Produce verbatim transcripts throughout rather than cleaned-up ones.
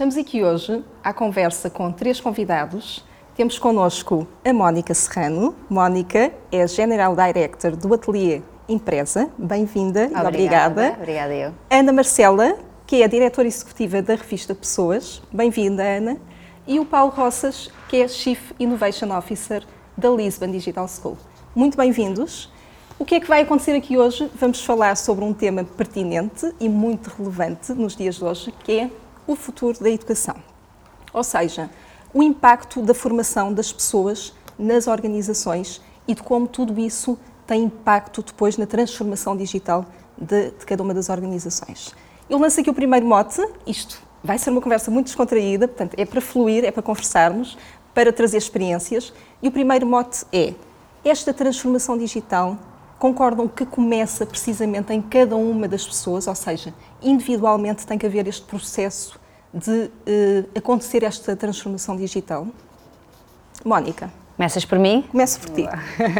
Estamos aqui hoje à conversa com três convidados. Temos connosco a Mónica Serrano. Mónica é a General Director do Ateliê Empresa. Bem-vinda e obrigada. Obrigada eu. Ana Marcela, que é a Diretora Executiva da revista Pessoas. Bem-vinda, Ana. E o Paulo Roças, que é Chief Innovation Officer da Lisbon Digital School. Muito bem-vindos. O que é que vai acontecer aqui hoje? Vamos falar sobre um tema pertinente e muito relevante nos dias de hoje, que é o futuro da educação. Ou seja, o impacto da formação das pessoas nas organizações e de como tudo isso tem impacto depois na transformação digital de, de cada uma das organizações. Eu lanço aqui o primeiro mote. Isto vai ser uma conversa muito descontraída, portanto, é para fluir, é para conversarmos, para trazer experiências. E o primeiro mote é: esta transformação digital, concordam que começa precisamente em cada uma das pessoas, ou seja, individualmente tem que haver este processo de eh, acontecer esta transformação digital? Mónica. Começas por mim? Começo por ti.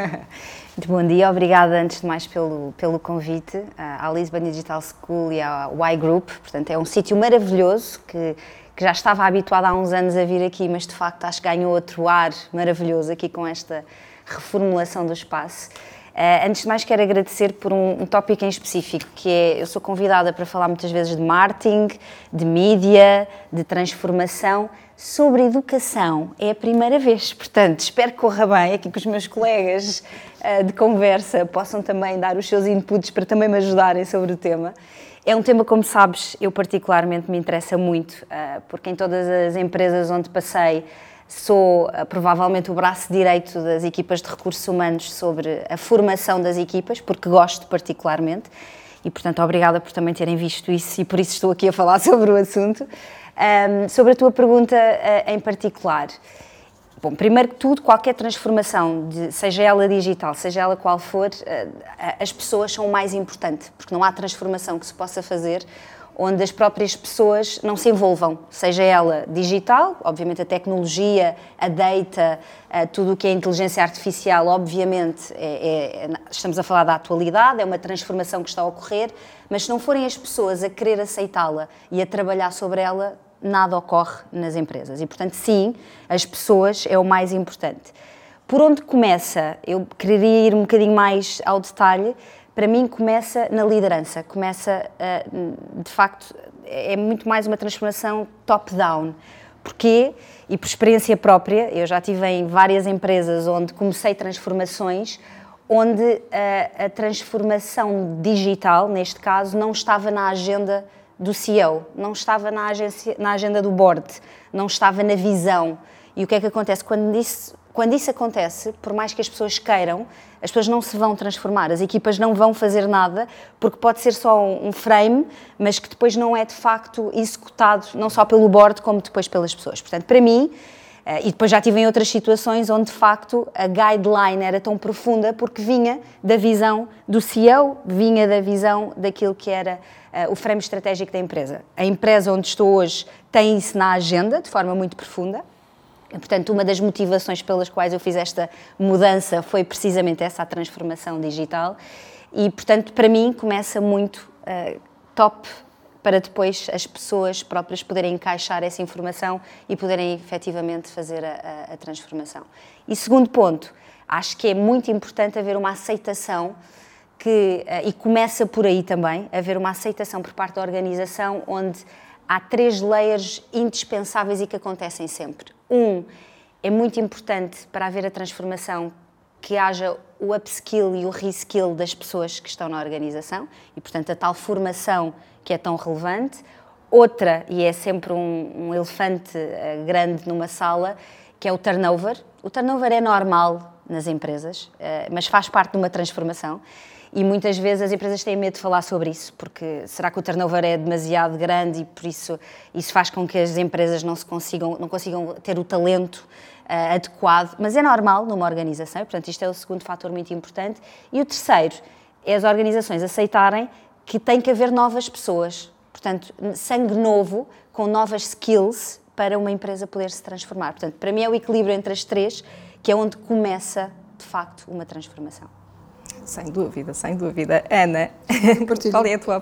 Muito bom dia, obrigada antes de mais pelo, pelo convite à Lisbon Digital School e ao Y Group. Portanto, é um sítio maravilhoso que, que já estava habituada há uns anos a vir aqui, mas de facto acho que ganhou outro ar maravilhoso aqui com esta reformulação do espaço. Uh, antes de mais quero agradecer por um, um tópico em específico, que é, eu sou convidada para falar muitas vezes de marketing, de mídia, de transformação, sobre educação. É a primeira vez, portanto, espero que corra bem, aqui que os meus colegas uh, de conversa possam também dar os seus inputs para também me ajudarem sobre o tema. É um tema, como sabes, eu particularmente me interessa muito, uh, porque em todas as empresas onde passei, sou uh, provavelmente o braço direito das equipas de recursos humanos sobre a formação das equipas, porque gosto particularmente, e portanto obrigada por também terem visto isso e por isso estou aqui a falar sobre o assunto. Um, sobre a tua pergunta uh, em particular, bom, primeiro que tudo, qualquer transformação, de, seja ela digital, seja ela qual for, uh, as pessoas são o mais importante, porque não há transformação que se possa fazer onde as próprias pessoas não se envolvam, seja ela digital, obviamente a tecnologia, a data, tudo o que é inteligência artificial, obviamente é, é, estamos a falar da atualidade, é uma transformação que está a ocorrer, mas se não forem as pessoas a querer aceitá-la e a trabalhar sobre ela, nada ocorre nas empresas. E, portanto, sim, as pessoas é o mais importante. Por onde começa? Eu queria ir um bocadinho mais ao detalhe. Para mim começa na liderança, começa, de facto, é muito mais uma transformação top-down. Porquê? E por experiência própria, eu já estive em várias empresas onde comecei transformações, onde a, a transformação digital, neste caso, não estava na agenda do C E O, não estava na, agência, na agenda do board, não estava na visão. E o que é que acontece? Quando isso, quando isso acontece, por mais que as pessoas queiram, as pessoas não se vão transformar, as equipas não vão fazer nada, porque pode ser só um frame, mas que depois não é de facto executado, não só pelo board, como depois pelas pessoas. Portanto, para mim, e depois já tive em outras situações onde de facto a guideline era tão profunda porque vinha da visão do C E O, vinha da visão daquilo que era o frame estratégico da empresa. A empresa onde estou hoje tem isso na agenda, de forma muito profunda. Portanto, uma das motivações pelas quais eu fiz esta mudança foi precisamente essa, a transformação digital. E, portanto, para mim, começa muito uh, top para depois as pessoas próprias poderem encaixar essa informação e poderem efetivamente fazer a, a, a transformação. E segundo ponto, acho que é muito importante haver uma aceitação que, uh, e começa por aí também, haver uma aceitação por parte da organização onde há três layers indispensáveis e que acontecem sempre. Um, é muito importante para haver a transformação que haja o upskill e o reskill das pessoas que estão na organização e, portanto, a tal formação que é tão relevante. Outra, e é sempre um, um elefante uh, grande numa sala, que é o turnover. O turnover é normal nas empresas, uh, mas faz parte de uma transformação. E muitas vezes as empresas têm medo de falar sobre isso, porque será que o turnover é demasiado grande e por isso isso faz com que as empresas não, se consigam, não consigam ter o talento uh, adequado, mas é normal numa organização, e, portanto isto é o segundo fator muito importante. E o terceiro é as organizações aceitarem que tem que haver novas pessoas, portanto sangue novo, com novas skills para uma empresa poder se transformar. Portanto, para mim é o equilíbrio entre as três, que é onde começa de facto uma transformação. Sem dúvida, sem dúvida. Ana, qual é a tua opinião?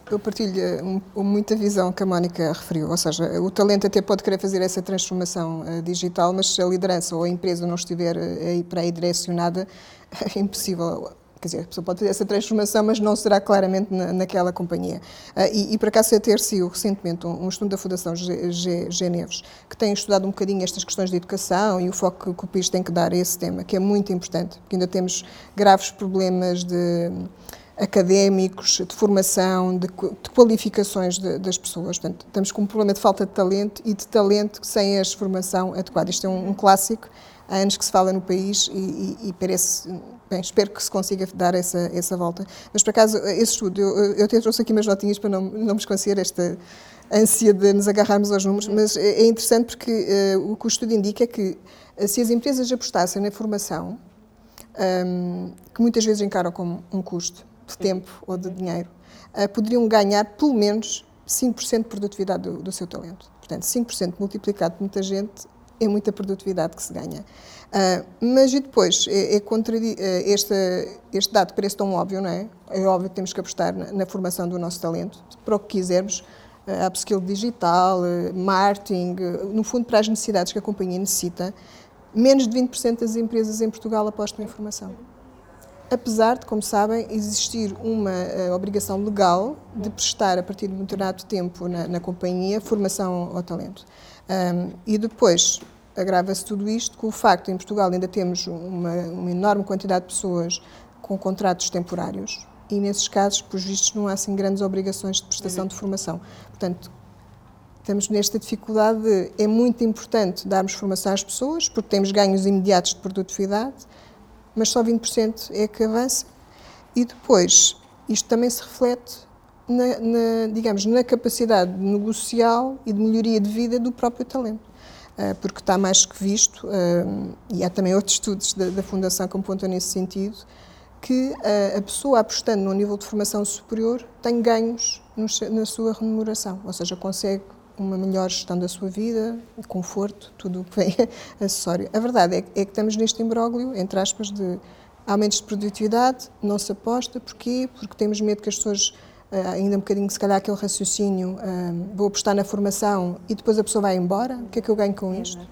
Eu partilho um, muita visão que a Mónica referiu, ou seja, o talento até pode querer fazer essa transformação uh, digital, mas se a liderança ou a empresa não estiver aí para aí direcionada, é impossível. Quer dizer, a pessoa pode fazer essa transformação, mas não será claramente na, naquela companhia. Uh, e, e, por acaso, eu ter sido recentemente um, um estudo da Fundação G, G, G Neves, que tem estudado um bocadinho estas questões de educação e o foco que, que o país tem que dar a esse tema, que é muito importante, porque ainda temos graves problemas de académicos, de formação, de, de qualificações de, das pessoas. Portanto, estamos com um problema de falta de talento e de talento sem a formação adequada. Isto é um, um clássico, há anos que se fala no país e, e, e parece, bem, espero que se consiga dar essa, essa volta. Mas, por acaso, esse estudo, eu, eu até trouxe aqui umas notinhas para não, não me esquecer esta ânsia de nos agarrarmos aos números, mas é interessante porque uh, o que o estudo indica é que uh, se as empresas apostassem na formação, um, que muitas vezes encaram como um custo, de tempo ou de dinheiro, uh, poderiam ganhar pelo menos cinco por cento de produtividade do, do seu talento. Portanto, cinco por cento multiplicado por muita gente é muita produtividade que se ganha. Uh, mas e depois, é, é contradi- uh, este, este dado parece tão óbvio, não é? É óbvio que temos que apostar na, na formação do nosso talento, para o que quisermos, uh, upskill digital, uh, marketing, uh, no fundo para as necessidades que a companhia necessita. Menos de vinte por cento das empresas em Portugal apostam em formação. Apesar de, como sabem, existir uma uh, obrigação legal de prestar, a partir de um determinado tempo na, na companhia, formação ao talento. Um, e depois, agrava-se tudo isto com o facto de, em Portugal, ainda temos uma, uma enorme quantidade de pessoas com contratos temporários e, nesses casos, por vistos, não há assim grandes obrigações de prestação de formação. Portanto, estamos nesta dificuldade de, é muito importante darmos formação às pessoas, porque temos ganhos imediatos de produtividade, mas só vinte por cento é que avança. E depois, isto também se reflete na, na, digamos, na capacidade negocial e de melhoria de vida do próprio talento. Uh, porque está mais que visto, uh, e há também outros estudos da, da Fundação que apontam nesse sentido, que uh, a pessoa apostando num nível de formação superior tem ganhos no, na sua remuneração, ou seja, consegue uma melhor gestão da sua vida, conforto, tudo o que vem acessório. A verdade é que, é que estamos neste imbróglio, entre aspas, de aumentos de produtividade, não se aposta. Porquê? Porque temos medo que as pessoas, uh, ainda um bocadinho, se calhar aquele raciocínio, uh, vou apostar na formação e depois a pessoa vai embora, o que é que eu ganho com isto?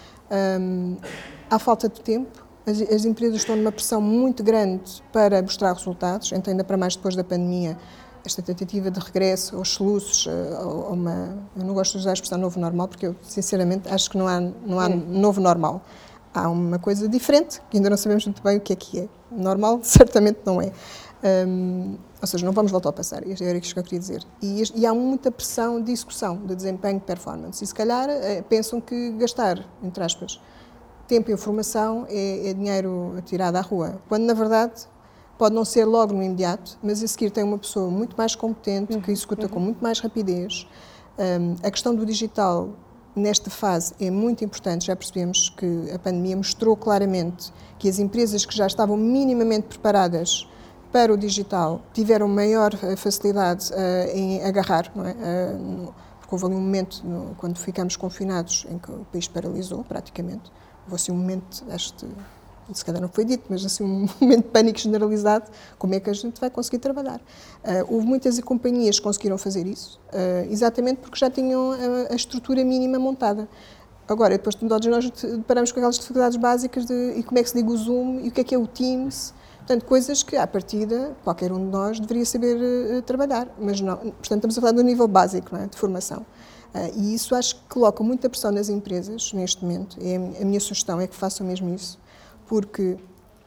Um, há falta de tempo, as, as empresas estão numa pressão muito grande para mostrar resultados, então ainda para mais depois da pandemia, esta tentativa de regresso aos soluços, a uma, eu não gosto de usar a expressão novo normal, porque eu, sinceramente, acho que não há, não há novo normal. Há uma coisa diferente, que ainda não sabemos muito bem o que é que é. Normal, certamente não é. Um, ou seja, não vamos voltar ao passado, era isso que eu queria dizer. E, e há muita pressão de execução, de desempenho, de performance. E se calhar pensam que gastar, entre aspas, tempo e formação é, é dinheiro tirado à rua, quando, na verdade, pode não ser logo no imediato, mas a seguir tem uma pessoa muito mais competente, que executa uhum. com muito mais rapidez. Um, a questão do digital, nesta fase, é muito importante. Já percebemos que a pandemia mostrou claramente que as empresas que já estavam minimamente preparadas para o digital tiveram maior facilidade uh, em agarrar, não é? Uh, porque houve ali um momento, no, quando ficámos confinados, em que o país paralisou, praticamente. Houve assim um momento, acho que se calhar não foi dito, mas assim um momento de pânico generalizado, como é que a gente vai conseguir trabalhar? Uh, houve muitas companhias que conseguiram fazer isso, uh, exatamente porque já tinham a, a estrutura mínima montada. Agora, depois de todos nós deparamos com aquelas dificuldades básicas de e como é que se liga o Zoom, e o que é que é o Teams, portanto, coisas que, à partida, qualquer um de nós deveria saber uh, trabalhar, mas não, portanto, estamos a falar do nível básico, não é? De formação. Uh, e isso acho que coloca muita pressão nas empresas, neste momento, é a minha sugestão é que façam mesmo isso, porque,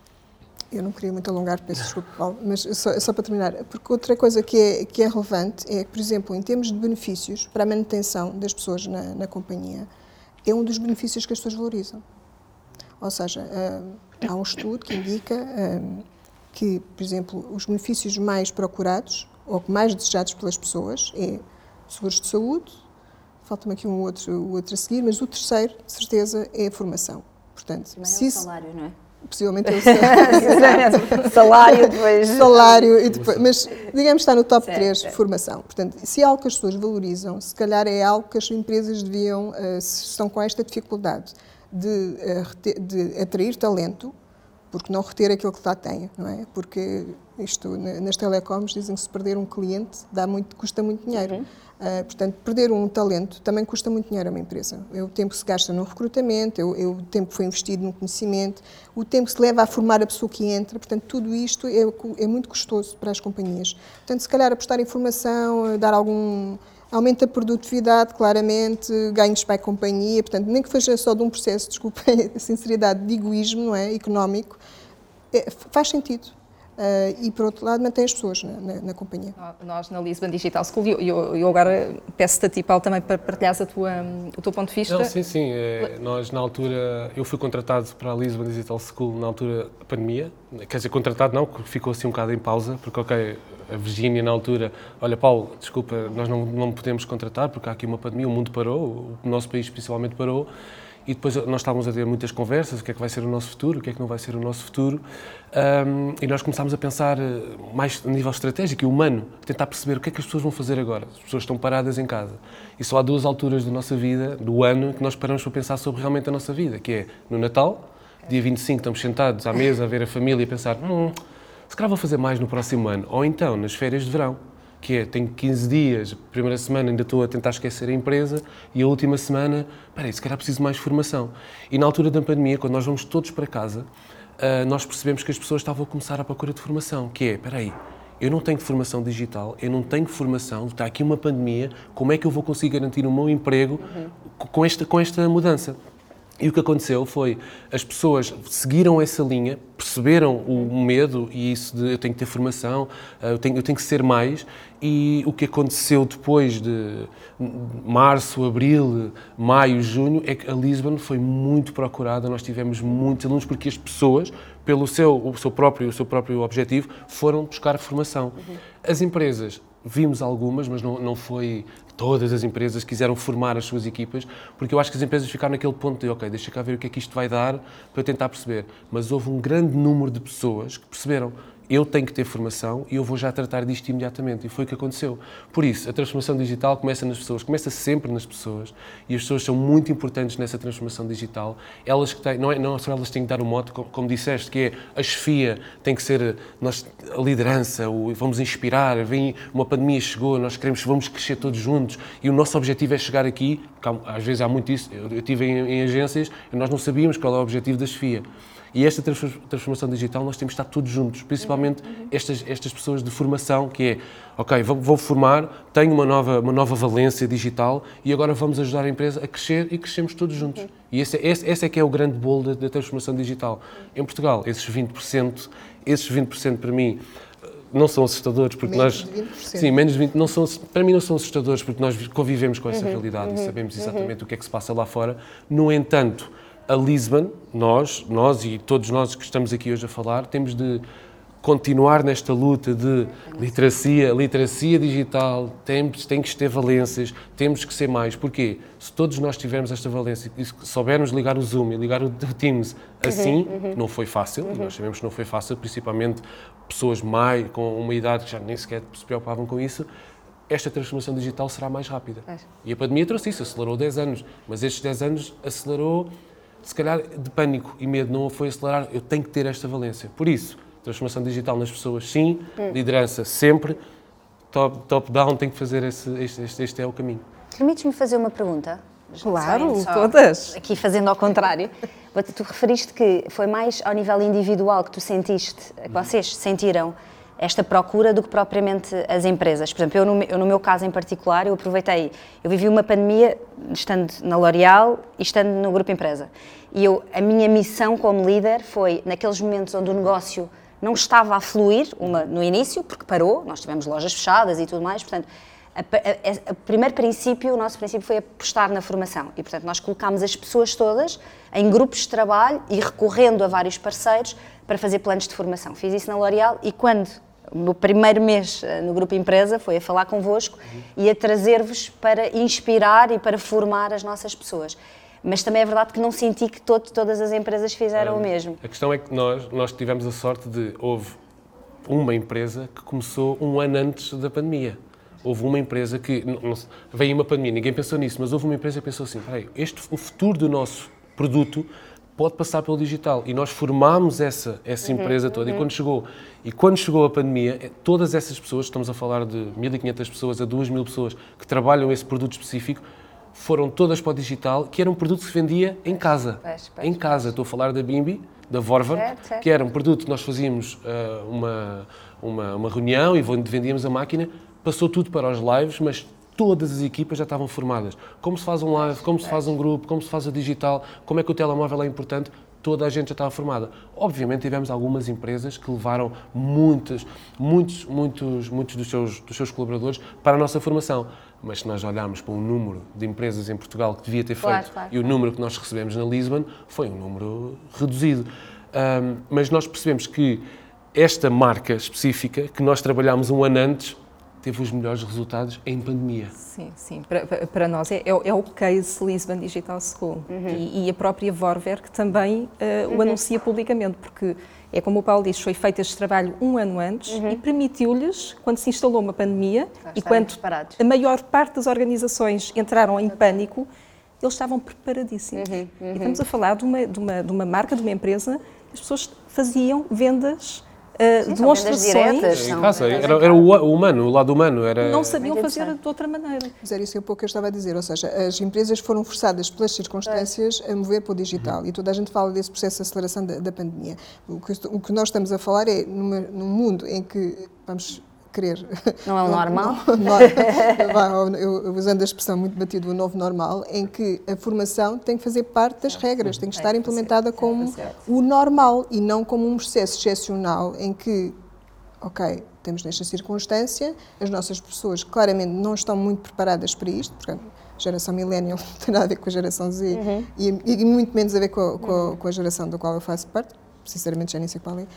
eu não queria muito alongar, peço desculpa, Paulo, mas só, só para terminar, porque outra coisa que é, que é relevante é que, por exemplo, em termos de benefícios para a manutenção das pessoas na, na companhia, é um dos benefícios que as pessoas valorizam. Ou seja, há um estudo que indica que, por exemplo, os benefícios mais procurados, ou mais desejados pelas pessoas, é seguros de saúde, falta-me aqui um outro, um outro a seguir, mas o terceiro, de certeza, é a formação. Portanto, primeiro se é o salário, não é? Possivelmente é o salário. salário, depois... Salário, e depois, mas digamos que está no top certo, três, certo. Formação. Portanto, se é algo que as pessoas valorizam, se calhar é algo que as empresas deviam, uh, se estão com esta dificuldade de, uh, de atrair talento, Porque não reter aquilo que lá tem, não é? Porque isto, nas telecoms, dizem que se perder um cliente dá muito, custa muito dinheiro. Uhum. Uh, portanto, perder um talento também custa muito dinheiro a uma empresa. É o tempo que se gasta no recrutamento, é o, é o tempo que foi investido no conhecimento, o tempo que se leva a formar a pessoa que entra. Portanto, tudo isto é, é muito custoso para as companhias. Portanto, se calhar apostar em formação, dar algum aumento da produtividade, claramente, ganhos para a companhia. Portanto, nem que seja só de um processo, desculpa a sinceridade, de egoísmo, não é? Económico, é, faz sentido. Uh, e, por outro lado, mantém as pessoas na, na, na companhia. Nós, na Lisbon Digital School, e eu, eu, eu agora peço-te a ti, Paulo, também para partilhares a tua, o teu ponto de vista. Não, sim, sim. É, nós, na altura, eu fui contratado para a Lisbon Digital School na altura da pandemia. Quer dizer, contratado não, porque ficou assim um bocado em pausa, porque, ok, a Virgínia, na altura, olha, Paulo, desculpa, nós não, não podemos contratar, porque há aqui uma pandemia, o mundo parou, o nosso país principalmente parou. E depois nós estávamos a ter muitas conversas, o que é que vai ser o nosso futuro, o que é que não vai ser o nosso futuro, um, e nós começámos a pensar mais a nível estratégico e humano, tentar perceber o que é que as pessoas vão fazer agora. As pessoas estão paradas em casa. E só há duas alturas da nossa vida, do ano, que nós paramos para pensar sobre realmente a nossa vida, que é no Natal, dia vinte e cinco, estamos sentados à mesa a ver a família e pensar, hum, se calhar vou fazer mais no próximo ano, ou então nas férias de verão, que é, tenho quinze dias, a primeira semana ainda estou a tentar esquecer a empresa e a última semana, peraí, se calhar preciso de mais formação. E na altura da pandemia, quando nós vamos todos para casa, uh, nós percebemos que as pessoas estavam a começar à procura de formação, que é, peraí, eu não tenho formação digital, eu não tenho formação, está aqui uma pandemia, como é que eu vou conseguir garantir o meu emprego uhum. com, esta, com esta mudança? E o que aconteceu foi, as pessoas seguiram essa linha, perceberam o medo e isso de eu tenho que ter formação, eu tenho, eu tenho que ser mais, e o que aconteceu depois de março, abril, maio, junho, é que a Lisbon foi muito procurada, nós tivemos muitos alunos, porque as pessoas, pelo seu, o seu, próprio, o seu próprio objetivo, foram buscar formação. Uhum. As empresas, vimos algumas, mas não, não foi todas as empresas que quiseram formar as suas equipas, porque eu acho que as empresas ficaram naquele ponto de, ok, deixa cá ver o que é que isto vai dar para eu tentar perceber. Mas houve um grande número de pessoas que perceberam, eu tenho que ter formação e eu vou já tratar disto imediatamente. E foi o que aconteceu. Por isso, a transformação digital começa nas pessoas, começa sempre nas pessoas, e as pessoas são muito importantes nessa transformação digital. Elas que têm, não, é, não só elas têm que dar o mote, como, como disseste, que é a chefia, tem que ser nós, a liderança, o, vamos inspirar, vem, uma pandemia chegou, nós queremos, vamos crescer todos juntos, e o nosso objetivo é chegar aqui, às vezes há muito isso, eu, eu estive em, em agências e nós não sabíamos qual é o objetivo da chefia. E esta transformação digital nós temos de estar todos juntos, principalmente uhum. estas, estas pessoas de formação, que é, ok, vou, vou formar, tenho uma nova, uma nova valência digital e agora vamos ajudar a empresa a crescer e crescemos todos juntos. Uhum. E esse, esse, esse é que é o grande bolo da, da transformação digital. Em Portugal, esses vinte por cento, esses vinte por cento para mim, não são assustadores, porque menos nós... De vinte por cento. Sim, menos de vinte por cento, não são, para mim não são assustadores, porque nós convivemos com essa uhum. realidade uhum. e sabemos exatamente uhum. o que é que se passa lá fora. No entanto, a Lisbon, nós, nós e todos nós que estamos aqui hoje a falar, temos de continuar nesta luta de literacia, literacia digital, temos, tem que ter valências, temos que ser mais. Porquê? Se todos nós tivermos esta valência e soubermos ligar o Zoom e ligar o Teams assim, uhum, uhum. não foi fácil, uhum. nós sabemos que não foi fácil, principalmente pessoas mais, com uma idade que já nem sequer se preocupavam com isso, esta transformação digital será mais rápida. É. E a pandemia trouxe isso, acelerou dez anos, mas estes dez anos acelerou, se calhar, de pânico e medo, não foi acelerar, eu tenho que ter esta valência. Por isso, transformação digital nas pessoas, sim, hum. liderança sempre, top, top down, tem que fazer esse, este, este, este é o caminho. Permites-me fazer uma pergunta? Claro, todas. Aqui fazendo ao contrário. Tu referiste que foi mais ao nível individual que tu sentiste, que vocês sentiram esta procura do que propriamente as empresas. Por exemplo, eu no, eu no meu caso em particular, eu aproveitei, eu vivi uma pandemia estando na L'Oréal e estando no Grupo Empresa. E eu, a minha missão como líder foi, naqueles momentos onde o negócio não estava a fluir, uma, no início, porque parou, nós tivemos lojas fechadas e tudo mais, portanto, o primeiro princípio, o nosso princípio foi apostar na formação e, portanto, nós colocámos as pessoas todas em grupos de trabalho e recorrendo a vários parceiros para fazer planos de formação. Fiz isso na L'Oréal e quando, no primeiro mês no Grupo Empresa, foi a falar convosco uhum. e a trazer-vos para inspirar e para formar as nossas pessoas. Mas também é verdade que não senti que todo, todas as empresas fizeram um, o mesmo. A questão é que nós, nós tivemos a sorte de, houve uma empresa que começou um ano antes da pandemia. Houve uma empresa que, não, não, veio uma pandemia, ninguém pensou nisso, mas houve uma empresa que pensou assim, peraí, este, o futuro do nosso produto pode passar pelo digital. E nós formámos essa, essa empresa toda. Uhum. E, quando chegou, e quando chegou a pandemia, todas essas pessoas, estamos a falar de mil e quinhentas pessoas a duas mil pessoas que trabalham esse produto específico, foram todas para o digital, que era um produto que se vendia em casa. Pois, pois, em casa. pois. Estou a falar da Bimbi, da Vorvan, certo, certo. que era um produto que nós fazíamos uh, uma, uma, uma reunião e vendíamos a máquina, passou tudo para os lives, mas todas as equipas já estavam formadas. Como se faz um live, como se faz um grupo, como se faz o digital, como é que o telemóvel é importante, toda a gente já estava formada. Obviamente tivemos algumas empresas que levaram muitos, muitos, muitos, muitos dos seus, dos seus colaboradores para a nossa formação. Mas se nós olharmos para o número de empresas em Portugal que devia ter feito, claro, claro, e o número que nós recebemos na Lisbon, foi um número reduzido. Um, mas nós percebemos que esta marca específica, que nós trabalhámos um ano antes, teve os melhores resultados em pandemia. Sim, sim. Para, para nós é, é o case Lisbon Digital School. Uhum. E, e a própria Vorwer, que também uh, uhum. o anuncia publicamente, porque é como o Paulo disse, foi feito este trabalho um ano antes uhum. e permitiu-lhes, quando se instalou uma pandemia e quando preparados. A maior parte das organizações entraram em pânico, eles estavam preparadíssimos. Uhum. Uhum. E estamos a falar de uma, de, uma, de uma marca, de uma empresa, as pessoas faziam vendas, Uh, Sim, demonstrações. Diretas, em casa, era, era o humano, o lado humano. Era... Não sabiam fazer de outra maneira. Mas era isso que eu pouco eu estava a dizer, ou seja, as empresas foram forçadas pelas circunstâncias a mover para o digital e toda a gente fala desse processo de aceleração da, da pandemia. O que, o que nós estamos a falar é numa, num mundo em que, vamos querer... Não é o normal? Não, não, eu, usando a expressão muito batida, o novo normal, em que a formação tem que fazer parte das regras, tem que estar implementada como o normal e não como um processo excepcional em que, ok, temos nesta circunstância, as nossas pessoas claramente não estão muito preparadas para isto, portanto, a geração millennial não tem nada a ver com a geração Z uhum. e, e muito menos a ver com a, com, a, com a geração da qual eu faço parte. Sinceramente, já nem sei qual é.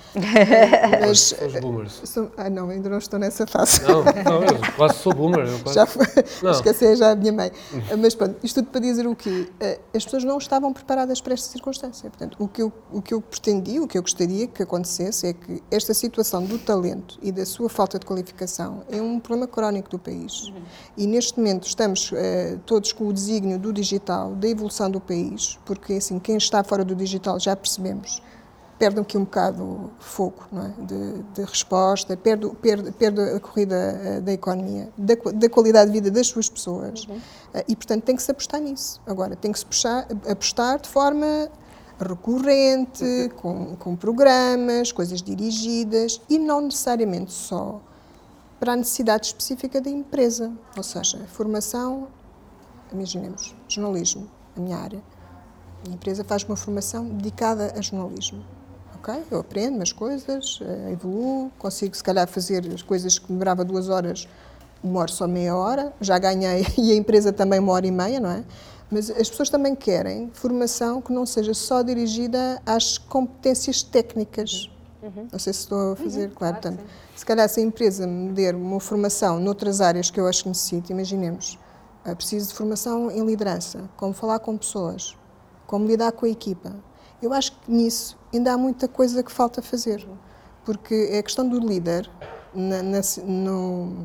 Mas, os boomers. Sou, ah, não, ainda não estou nessa fase. Não, não, eu quase sou boomer. Eu quase... Já foi, esqueci já a minha mãe. Mas pronto, isto tudo para dizer o quê? As pessoas não estavam preparadas para esta circunstância. Portanto, o que eu, o que eu pretendia, o que eu gostaria que acontecesse é que esta situação do talento e da sua falta de qualificação é um problema crónico do país. Uhum. E neste momento estamos uh, todos com o desígnio do digital, da evolução do país, porque assim, quem está fora do digital já percebemos, perde aqui um bocado o foco, não é? de, de resposta, perde, perde, perde a corrida da economia, da, da qualidade de vida das suas pessoas. Uhum. E, portanto, tem que se apostar nisso. Agora, tem que se puxar, apostar de forma recorrente, uhum. com, com programas, coisas dirigidas e não necessariamente só para a necessidade específica da empresa. Ou seja, formação, imaginemos, jornalismo, a minha área. A minha empresa faz uma formação dedicada a jornalismo. Okay? Eu aprendo umas coisas, evoluo, consigo se calhar fazer as coisas que demorava duas horas, demoro só meia hora, já ganhei e a empresa também uma hora e meia, não é? Mas as pessoas também querem formação que não seja só dirigida às competências técnicas. Uhum. Não sei se estou a fazer, uhum, claro. Portanto, se calhar se a empresa me der uma formação noutras áreas que eu acho que necessito, imaginemos, preciso de formação em liderança, como falar com pessoas, como lidar com a equipa. Eu acho que nisso ainda há muita coisa que falta fazer, porque é a questão do líder na, na, no,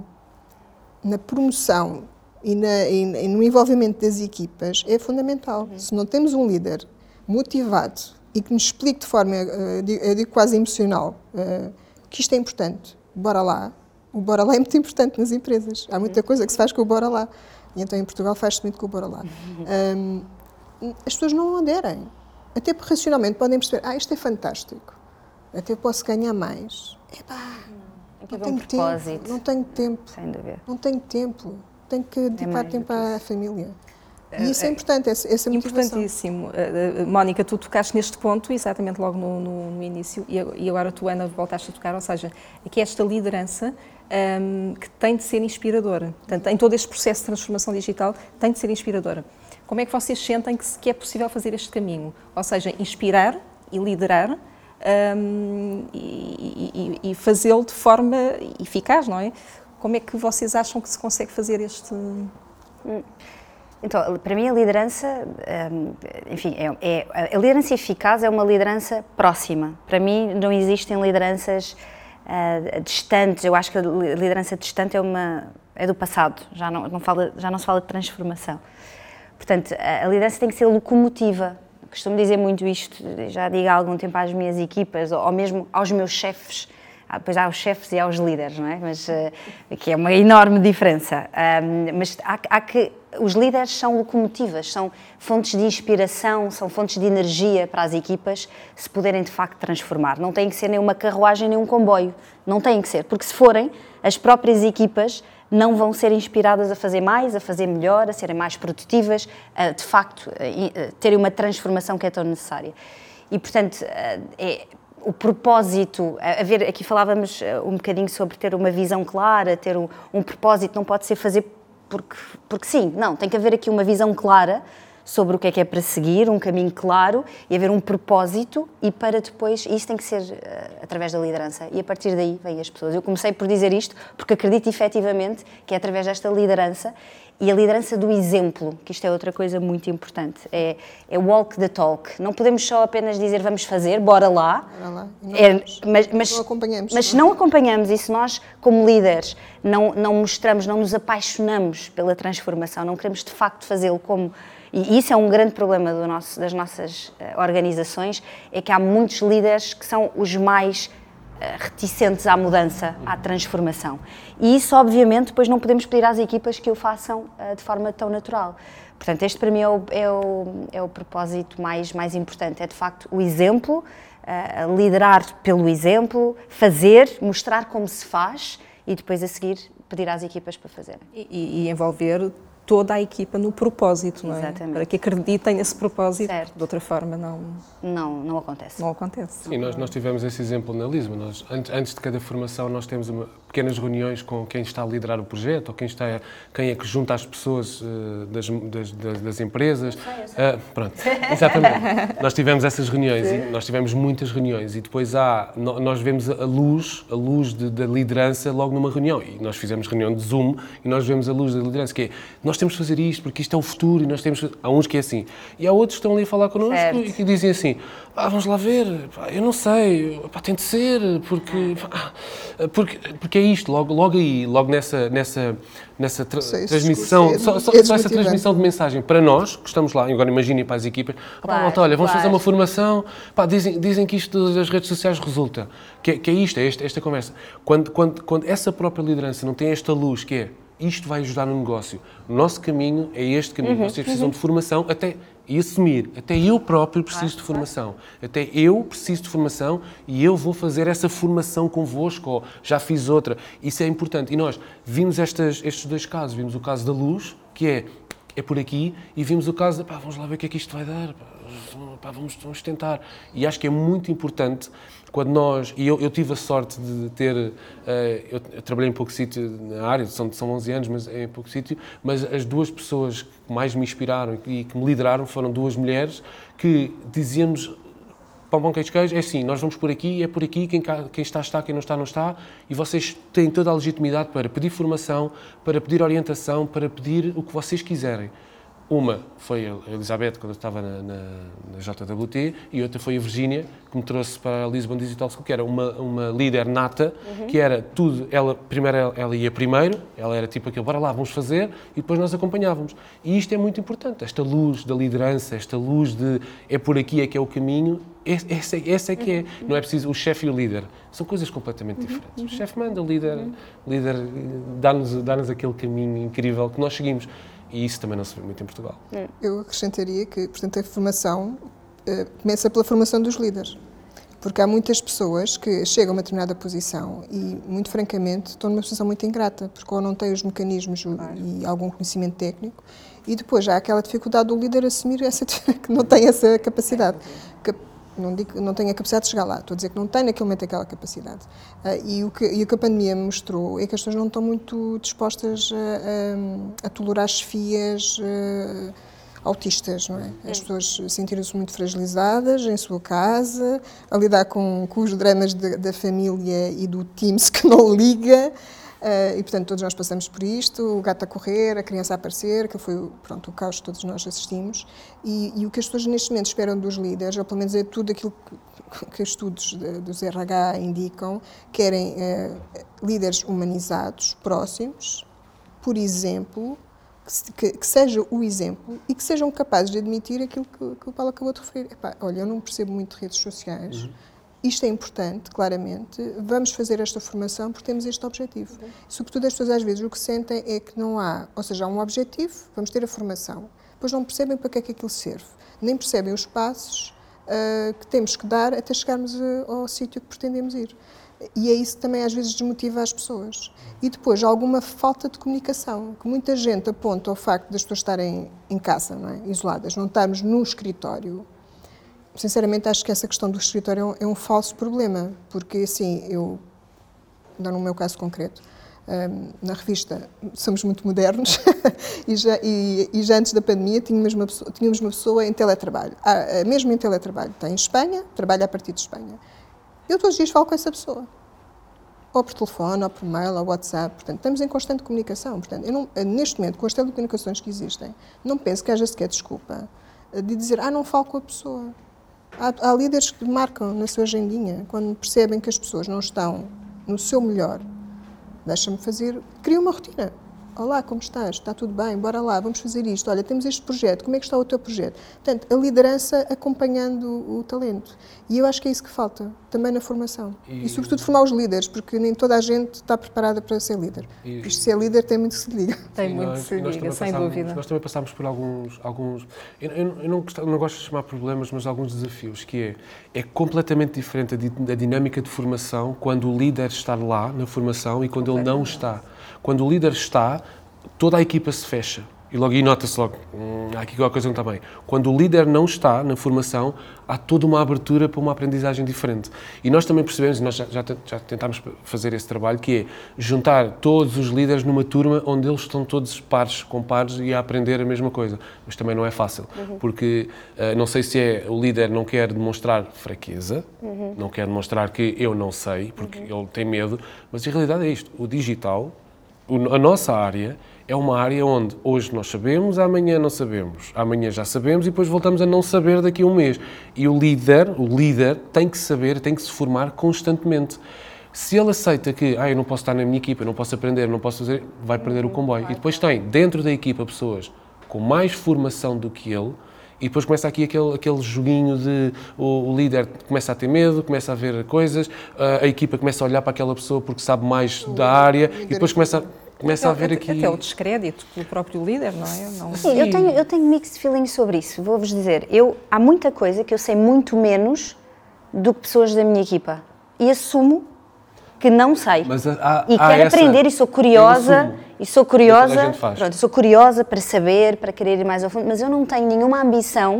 na promoção e, na, e, e no envolvimento das equipas é fundamental. Uhum. Se não temos um líder motivado e que nos explique de forma, eu digo quase emocional, que isto é importante, bora lá. O bora lá é muito importante nas empresas. Há muita coisa que se faz com o bora lá. E então em Portugal faz-se muito com o bora lá. Uhum. Um, as pessoas não aderem. Até porque racionalmente podem perceber, ah, isto é fantástico, até posso ganhar mais. Epá, não tenho tempo, não tenho tempo, sem dúvida. Não tenho tempo, tenho que dedicar é tempo à família. E isso é importante, essa, essa motivação. Importantíssimo. Uh, Mónica, tu tocaste neste ponto exatamente logo no, no, no início e agora tu, Ana, voltaste a tocar, ou seja, aqui esta liderança um, que tem de ser inspiradora. Portanto, em todo este processo de transformação digital tem de ser inspiradora. Como é que vocês sentem que, que é possível fazer este caminho? Ou seja, inspirar e liderar um, e, e, e fazê-lo de forma eficaz, não é? Como é que vocês acham que se consegue fazer este... Então, para mim a liderança, enfim, é, é, a liderança eficaz é uma liderança próxima. Para mim não existem lideranças uh, distantes. Eu acho que a liderança distante é, uma, é do passado, já não, não, fala, já não se fala de transformação. Portanto, a liderança tem que ser locomotiva, costumo dizer muito isto, já digo há algum tempo às minhas equipas, ou mesmo aos meus chefes, depois há os chefes e há os líderes, não é? Mas, que é uma enorme diferença. Um, mas há, há que, os líderes são locomotivas, são fontes de inspiração, são fontes de energia para as equipas se puderem de facto transformar. Não tem que ser nem uma carruagem nem um comboio, não tem que ser, porque se forem, as próprias equipas não vão ser inspiradas a fazer mais, a fazer melhor, a serem mais produtivas, a, de facto, a, a terem uma transformação que é tão necessária. E, portanto, é, o propósito, a, a ver, aqui falávamos um bocadinho sobre ter uma visão clara, ter um, um propósito, não pode ser fazer porque, porque sim, não, tem que haver aqui uma visão clara sobre o que é que é para seguir, um caminho claro e haver um propósito e para depois, e isso tem que ser uh, através da liderança e a partir daí vêm as pessoas. Eu comecei por dizer isto porque acredito efetivamente que é através desta liderança e a liderança do exemplo, que isto é outra coisa muito importante, é, é walk the talk. Não podemos só apenas dizer vamos fazer, bora lá, bora lá. Não, é, mas, mas, não acompanhamos. Mas se não acompanhamos e se nós, como líderes, não, não mostramos, não nos apaixonamos pela transformação, não queremos de facto fazê-lo como... E isso é um grande problema do nosso, das nossas uh, organizações, é que há muitos líderes que são os mais uh, reticentes à mudança, à transformação. E isso, obviamente, depois não podemos pedir às equipas que o façam uh, de forma tão natural. Portanto, este para mim é o, é o, é o propósito mais, mais importante, é de facto o exemplo, uh, liderar pelo exemplo, fazer, mostrar como se faz e depois a seguir pedir às equipas para fazerem. E, e envolver toda a equipa no propósito, não é? Exatamente. Para que acreditem nesse propósito, certo. De outra forma não, não, não acontece. Não acontece. Sim, nós, nós tivemos esse exemplo na Lisma. Nós, antes, antes de cada formação, nós temos uma, pequenas reuniões com quem está a liderar o projeto, ou quem, está, quem é que junta as pessoas uh, das, das, das, das empresas. Eu sei, eu sei. Uh, pronto, exatamente. Nós tivemos essas reuniões, e nós tivemos muitas reuniões, e depois há, nós vemos a luz, a luz de, da liderança logo numa reunião. E nós fizemos reunião de Zoom, e nós vemos a luz da liderança, que é, nós temos que fazer isto, porque isto é o futuro, e nós temos... Há uns que é assim. E há outros que estão ali a falar connosco, certo. E que dizem assim, ah, vamos lá ver, pá, eu não sei, pá, tem de ser, porque, pá, porque, porque é isto, logo, logo aí, logo nessa, nessa, nessa tra sei, transmissão, é, só, só, só essa transmissão de mensagem para nós, que estamos lá, agora imaginem para as equipas, ah, pá, claro, malta, olha, vamos claro. fazer uma formação, pá, dizem, dizem que isto das redes sociais resulta, que é, que é isto, é esta, esta conversa. Quando, quando, quando essa própria liderança não tem esta luz, que é, isto vai ajudar no negócio. O nosso caminho é este caminho. Uhum, Vocês precisam uhum. de formação até, e assumir. Até eu próprio preciso ah, de formação. Ah. Até eu preciso de formação e eu vou fazer essa formação convosco. Ou já fiz outra. Isso é importante. E nós vimos estas, estes dois casos. Vimos o caso da luz, que é, é por aqui, e vimos o caso de, pá, vamos lá ver o que é que isto vai dar. Pá, vamos, vamos tentar. E acho que é muito importante quando nós, e eu, eu tive a sorte de ter, uh, eu, eu trabalhei em pouco sítio na área, são, são onze anos, mas é em pouco sítio, mas as duas pessoas que mais me inspiraram e que me lideraram foram duas mulheres que dizíamos, pão, pão, queijo, queijo, é assim, nós vamos por aqui, é por aqui, quem, quem está, está, quem não está, não está, e vocês têm toda a legitimidade para pedir formação, para pedir orientação, para pedir o que vocês quiserem. Uma foi a Elizabeth, quando eu estava na, na, na J W T, e outra foi a Virgínia, que me trouxe para a Lisbon Digital School, que era uma, uma líder nata, uhum. que era tudo, ela, primeiro ela, ela ia primeiro, ela era tipo aquele, bora lá, vamos fazer, e depois nós acompanhávamos. E isto é muito importante, esta luz da liderança, esta luz de é por aqui é que é o caminho, essa, essa é que é, não é preciso o chefe e o líder, são coisas completamente diferentes. O chefe manda, o líder, o líder dá-nos, dá-nos aquele caminho incrível que nós seguimos. E isso também não se vê muito em Portugal. Eu acrescentaria que, portanto, a formação uh, começa pela formação dos líderes. Porque há muitas pessoas que chegam a uma determinada posição e, muito francamente, estão numa posição muito ingrata, porque ou não têm os mecanismos claro. e algum conhecimento técnico, e depois há aquela dificuldade do líder assumir essa, que não tem essa capacidade. Que, Não, digo, não tenho a capacidade de chegar lá, estou a dizer que não tem naquele momento aquela capacidade. Uh, e, o que, e o que a pandemia me mostrou é que as pessoas não estão muito dispostas a, a, a tolerar chefias uh, autistas, não é? As pessoas sentiram-se muito fragilizadas em sua casa, a lidar com, com os dramas de, da família e do Teams que não liga. Uh, e, portanto, todos nós passamos por isto, o gato a correr, a criança a aparecer, que foi pronto, o caos que todos nós assistimos. E, e o que as pessoas neste momento esperam dos líderes, ou pelo menos é tudo aquilo que, que estudos de, dos R H indicam, querem uh, líderes humanizados, próximos, por exemplo, que, que seja o exemplo e que sejam capazes de admitir aquilo que, que o Paulo acabou de referir. Epá, olha, eu não percebo muito de redes sociais, uhum. Isto é importante, claramente, vamos fazer esta formação porque temos este objetivo. Uhum. Sobretudo as pessoas às vezes o que sentem é que não há, ou seja, há um objetivo, vamos ter a formação, depois não percebem para que é que aquilo serve, nem percebem os passos uh, que temos que dar até chegarmos a, ao sítio que pretendemos ir. E é isso que também às vezes desmotiva as pessoas. E depois alguma falta de comunicação, que muita gente aponta ao facto das pessoas estarem em casa, não é? Isoladas, não estarmos no escritório. Sinceramente, acho que essa questão do escritório é um, é um falso problema, porque, assim, eu, não no meu caso concreto, um, na revista somos muito modernos e, já, e, e já antes da pandemia tínhamos uma pessoa, tínhamos uma pessoa em teletrabalho. Ah, mesmo em teletrabalho, está em Espanha, trabalha a partir de Espanha. Eu todos os dias falo com essa pessoa, ou por telefone, ou por mail, ou WhatsApp, portanto, estamos em constante comunicação. Portanto, eu não, neste momento, com as telecomunicações que existem, não penso que haja sequer desculpa de dizer, ah, não falo com a pessoa. Há, há líderes que marcam na sua agendinha, quando percebem que as pessoas não estão no seu melhor, deixa-me fazer, cria uma rotina. Olá, como estás? Está tudo bem? Bora lá, vamos fazer isto. Olha, temos este projeto, como é que está o teu projeto? Portanto, a liderança acompanhando o, o talento. E eu acho que é isso que falta, também na formação. E, e sobretudo, formar os líderes, porque nem toda a gente está preparada para ser líder. E, isto, ser líder, tem muito que se liga. Tem muito que se liga, sem dúvida. Nós também passámos por alguns, alguns eu, eu, eu não, gosto, não gosto de chamar problemas, mas alguns desafios, que é, é completamente diferente a, a dinâmica de formação quando o líder está lá na formação e quando ele não está. Quando o líder está, toda a equipa se fecha. E logo aí nota-se logo, hum, há aqui qualquer coisa que não está bem. Quando o líder não está na formação, há toda uma abertura para uma aprendizagem diferente. E nós também percebemos, e nós já, já, já tentámos fazer esse trabalho, que é juntar todos os líderes numa turma onde eles estão todos pares com pares e a aprender a mesma coisa. Mas também não é fácil, uhum. porque uh, não sei se é o líder não quer demonstrar fraqueza, uhum. não quer demonstrar que eu não sei, porque uhum. ele tem medo, mas a realidade é isto, o digital, o, a nossa área, é uma área onde hoje nós sabemos, amanhã não sabemos, amanhã já sabemos e depois voltamos a não saber daqui a um mês. E o líder, o líder tem que saber, tem que se formar constantemente. Se ele aceita que, ah, eu não posso estar na minha equipa, eu não posso aprender, eu não posso fazer, vai perder o comboio. E depois tem, dentro da equipa, pessoas com mais formação do que ele, e depois começa aqui aquele, aquele joguinho de o, o líder começa a ter medo, começa a ver coisas, a, a equipa começa a olhar para aquela pessoa porque sabe mais da área e depois começa a... Começa a haver aqui... Até o descrédito pelo próprio líder, não é? Não... Sim, eu tenho, eu tenho mixed feelings sobre isso. Vou-vos dizer, eu, há muita coisa que eu sei muito menos do que pessoas da minha equipa. E assumo que não sei. Mas há, e há quero essa, aprender e sou curiosa. E sou curiosa, pronto, eu sou curiosa para saber, para querer ir mais ao fundo, mas eu não tenho nenhuma ambição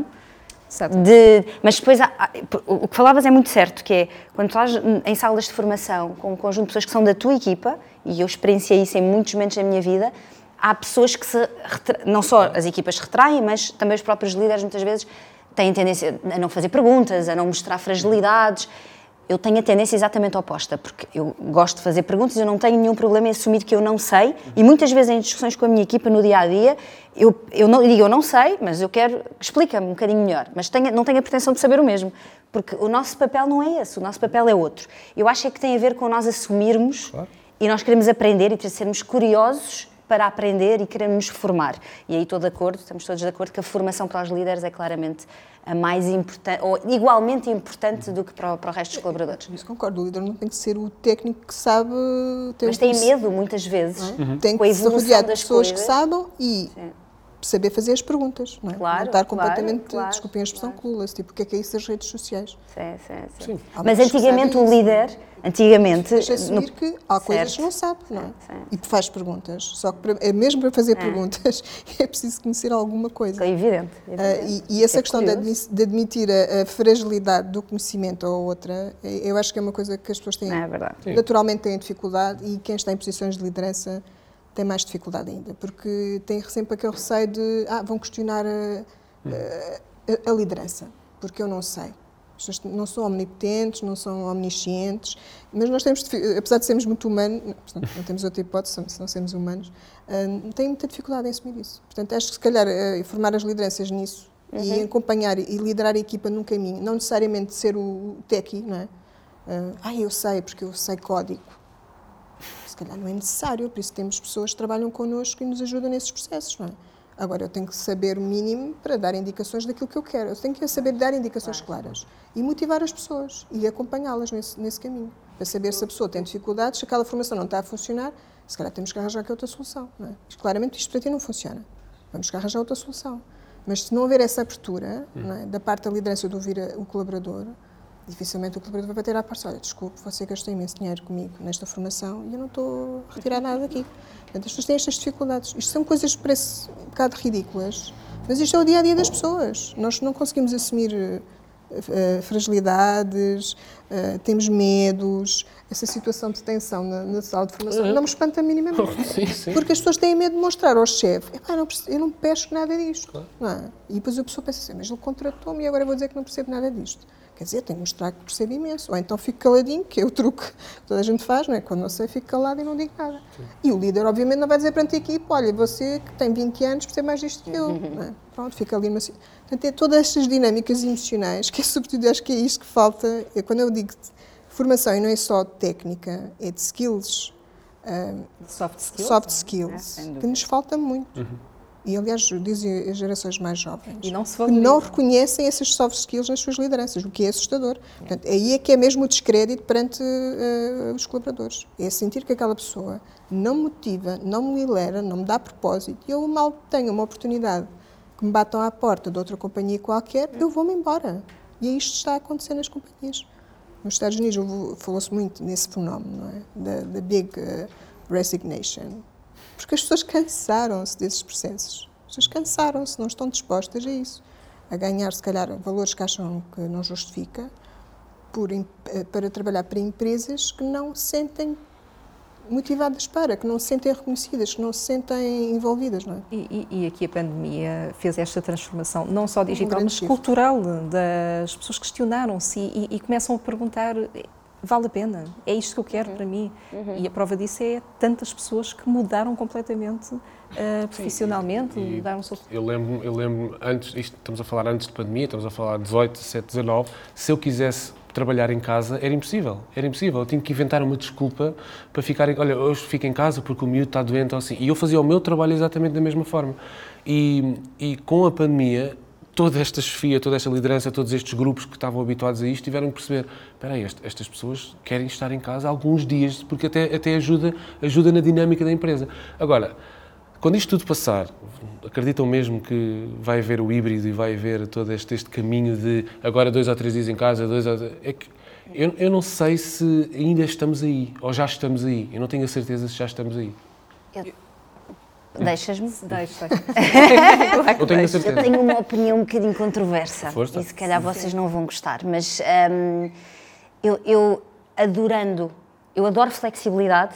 de... Mas depois, há, há, o que falavas é muito certo, que é, quando estás em salas de formação com um conjunto de pessoas que são da tua equipa, e eu experienciei isso em muitos momentos da minha vida, há pessoas que se... Retra... Não só as equipas se retraem, mas também os próprios líderes muitas vezes têm tendência a não fazer perguntas, a não mostrar fragilidades. Eu tenho a tendência exatamente oposta, porque eu gosto de fazer perguntas, eu não tenho nenhum problema em assumir que eu não sei, e muitas vezes em discussões com a minha equipa no dia-a-dia, eu, eu não digo eu não sei, mas eu quero, explica-me um bocadinho melhor, mas tenho, não tenho a pretensão de saber o mesmo, porque o nosso papel não é esse, o nosso papel é outro. Eu acho é que tem a ver com nós assumirmos, claro. E nós queremos aprender e sermos curiosos para aprender e queremos nos formar. E aí estou de acordo, estamos todos de acordo que a formação para os líderes é claramente a mais importante, ou igualmente importante do que para o, para o resto dos colaboradores. Isso concordo, o líder não tem que ser o técnico que sabe... Ter Mas tem medo, muitas vezes, é? Uhum. Tem que se rodear de pessoas coisas. Que sabem e... Sim. Saber fazer as perguntas, não é? Claro, não estar claro, completamente, claro, desculpem a expressão, claro. clueless, tipo, o que é que é isso das redes sociais? Sim, sim, sim. sim. Mas antigamente o líder, antigamente... Deixa assumir no... que há coisas certo. Que não sabe, não é? Sim. E faz perguntas, só que para, mesmo para fazer é. Perguntas é preciso conhecer alguma coisa. É evidente. É evidente. Uh, e, e essa é questão de, admi de admitir a, a fragilidade do conhecimento ou outra, eu acho que é uma coisa que as pessoas têm, é naturalmente têm dificuldade e quem está em posições de liderança tem mais dificuldade ainda, porque tem sempre aquele receio de, ah, vão questionar a, a, a liderança, porque eu não sei. As pessoas não são omnipotentes, não são omniscientes, mas nós temos, apesar de sermos muito humanos, não, não temos outra hipótese, se não sermos humanos, uh, tem muita dificuldade em assumir isso. Portanto, acho que se calhar uh, formar as lideranças nisso uhum. e acompanhar e liderar a equipa num caminho, não necessariamente ser o techie, não é? Uh, ah, eu sei, porque eu sei código. Se calhar não é necessário, por isso temos pessoas que trabalham connosco e nos ajudam nesses processos, não é? Agora, eu tenho que saber o mínimo para dar indicações daquilo que eu quero. Eu tenho que saber dar indicações claras e motivar as pessoas e acompanhá-las nesse, nesse caminho. Para saber se a pessoa tem dificuldades, se aquela formação não está a funcionar, se calhar temos que arranjar aqui outra solução, não é? Mas, claramente isto para ti não funciona. Vamos que arranjar outra solução. Mas se não houver essa abertura, não é, da parte da liderança de ouvir o colaborador, dificilmente o colaborador vai bater à parte, olha, desculpe, você gastou imenso dinheiro comigo nesta formação e eu não estou a retirar nada daqui. Portanto, as pessoas têm estas dificuldades. Isto são coisas que parecem um bocado ridículas, mas isto é o dia-a-dia das pessoas. Nós não conseguimos assumir uh, uh, fragilidades, uh, temos medos, essa situação de tensão na, na sala de formação uhum. não me espanta minimamente. Sim, sim. Porque as pessoas têm medo de mostrar ao chefe, não, eu não pesco nada disto. Claro. Não é? E depois a pessoa pensa assim, mas ele contratou-me e agora eu vou dizer que não percebo nada disto. Quer dizer, tenho que mostrar que percebo imenso. Ou então fico caladinho, que é o truque que toda a gente faz, não é? Quando não sei, fico calado e não digo nada. Sim. E o líder, obviamente, não vai dizer perante a equipe, olha, você que tem vinte anos percebe mais disto que eu. Uhum. Não é? Pronto, fica ali numa... Portanto, é todas estas dinâmicas emocionais, que é sobretudo, acho que é isto que falta. É quando eu digo formação, e não é só técnica, é de skills. Um, soft skills. Soft skills, é, que nos falta muito. Uhum. E, aliás, dizem as gerações mais jovens e não se que não reconhecem esses soft skills nas suas lideranças, o que é assustador. É. Portanto, aí é que é mesmo o descrédito perante uh, os colaboradores. É sentir que aquela pessoa não me motiva, não me lidera, não me dá propósito. E eu mal tenho uma oportunidade que me batam à porta de outra companhia qualquer, eu vou-me embora. E é isto que está a acontecer nas companhias. Nos Estados Unidos falou-se muito nesse fenómeno, não é? Da, da big uh, resignation. Porque as pessoas cansaram-se desses processos. As pessoas cansaram-se, não estão dispostas a isso. A ganhar, se calhar, valores que acham que não justifica por, para trabalhar para empresas que não se sentem motivadas para, que não se sentem reconhecidas, que não se sentem envolvidas, não é? E, e, e aqui a pandemia fez esta transformação, não só digital, um mas shift. cultural. Das pessoas questionaram-se e, e, e começam a perguntar... Vale a pena? É isto que eu quero uhum. para mim? Uhum. E a prova disso é tantas pessoas que mudaram completamente uh, profissionalmente. Sim, e, mudaram e eu lembro, eu lembro antes, isto, estamos a falar antes de pandemia, estamos a falar dezoito, dezessete, dezanove, se eu quisesse trabalhar em casa, era impossível, era impossível. Eu tinha que inventar uma desculpa para ficar, em, olha, hoje fico em casa porque o miúdo está doente ou assim. E eu fazia o meu trabalho exatamente da mesma forma. E, e com a pandemia, toda esta chefia, toda esta liderança, todos estes grupos que estavam habituados a isto tiveram que perceber, espera aí, estas pessoas querem estar em casa alguns dias, porque até, até ajuda, ajuda na dinâmica da empresa. Agora, quando isto tudo passar, acreditam mesmo que vai haver o híbrido e vai haver todo este, este caminho de agora dois ou três dias em casa, dois ou... É que eu, eu não sei se ainda estamos aí, ou já estamos aí. Eu não tenho a certeza se já estamos aí. Eu... Deixas-me? Deixa. Eu tenho a certeza. Eu tenho uma opinião um bocadinho controversa. Força. E se calhar vocês não vão gostar, mas hum, eu, eu adorando, eu adoro flexibilidade,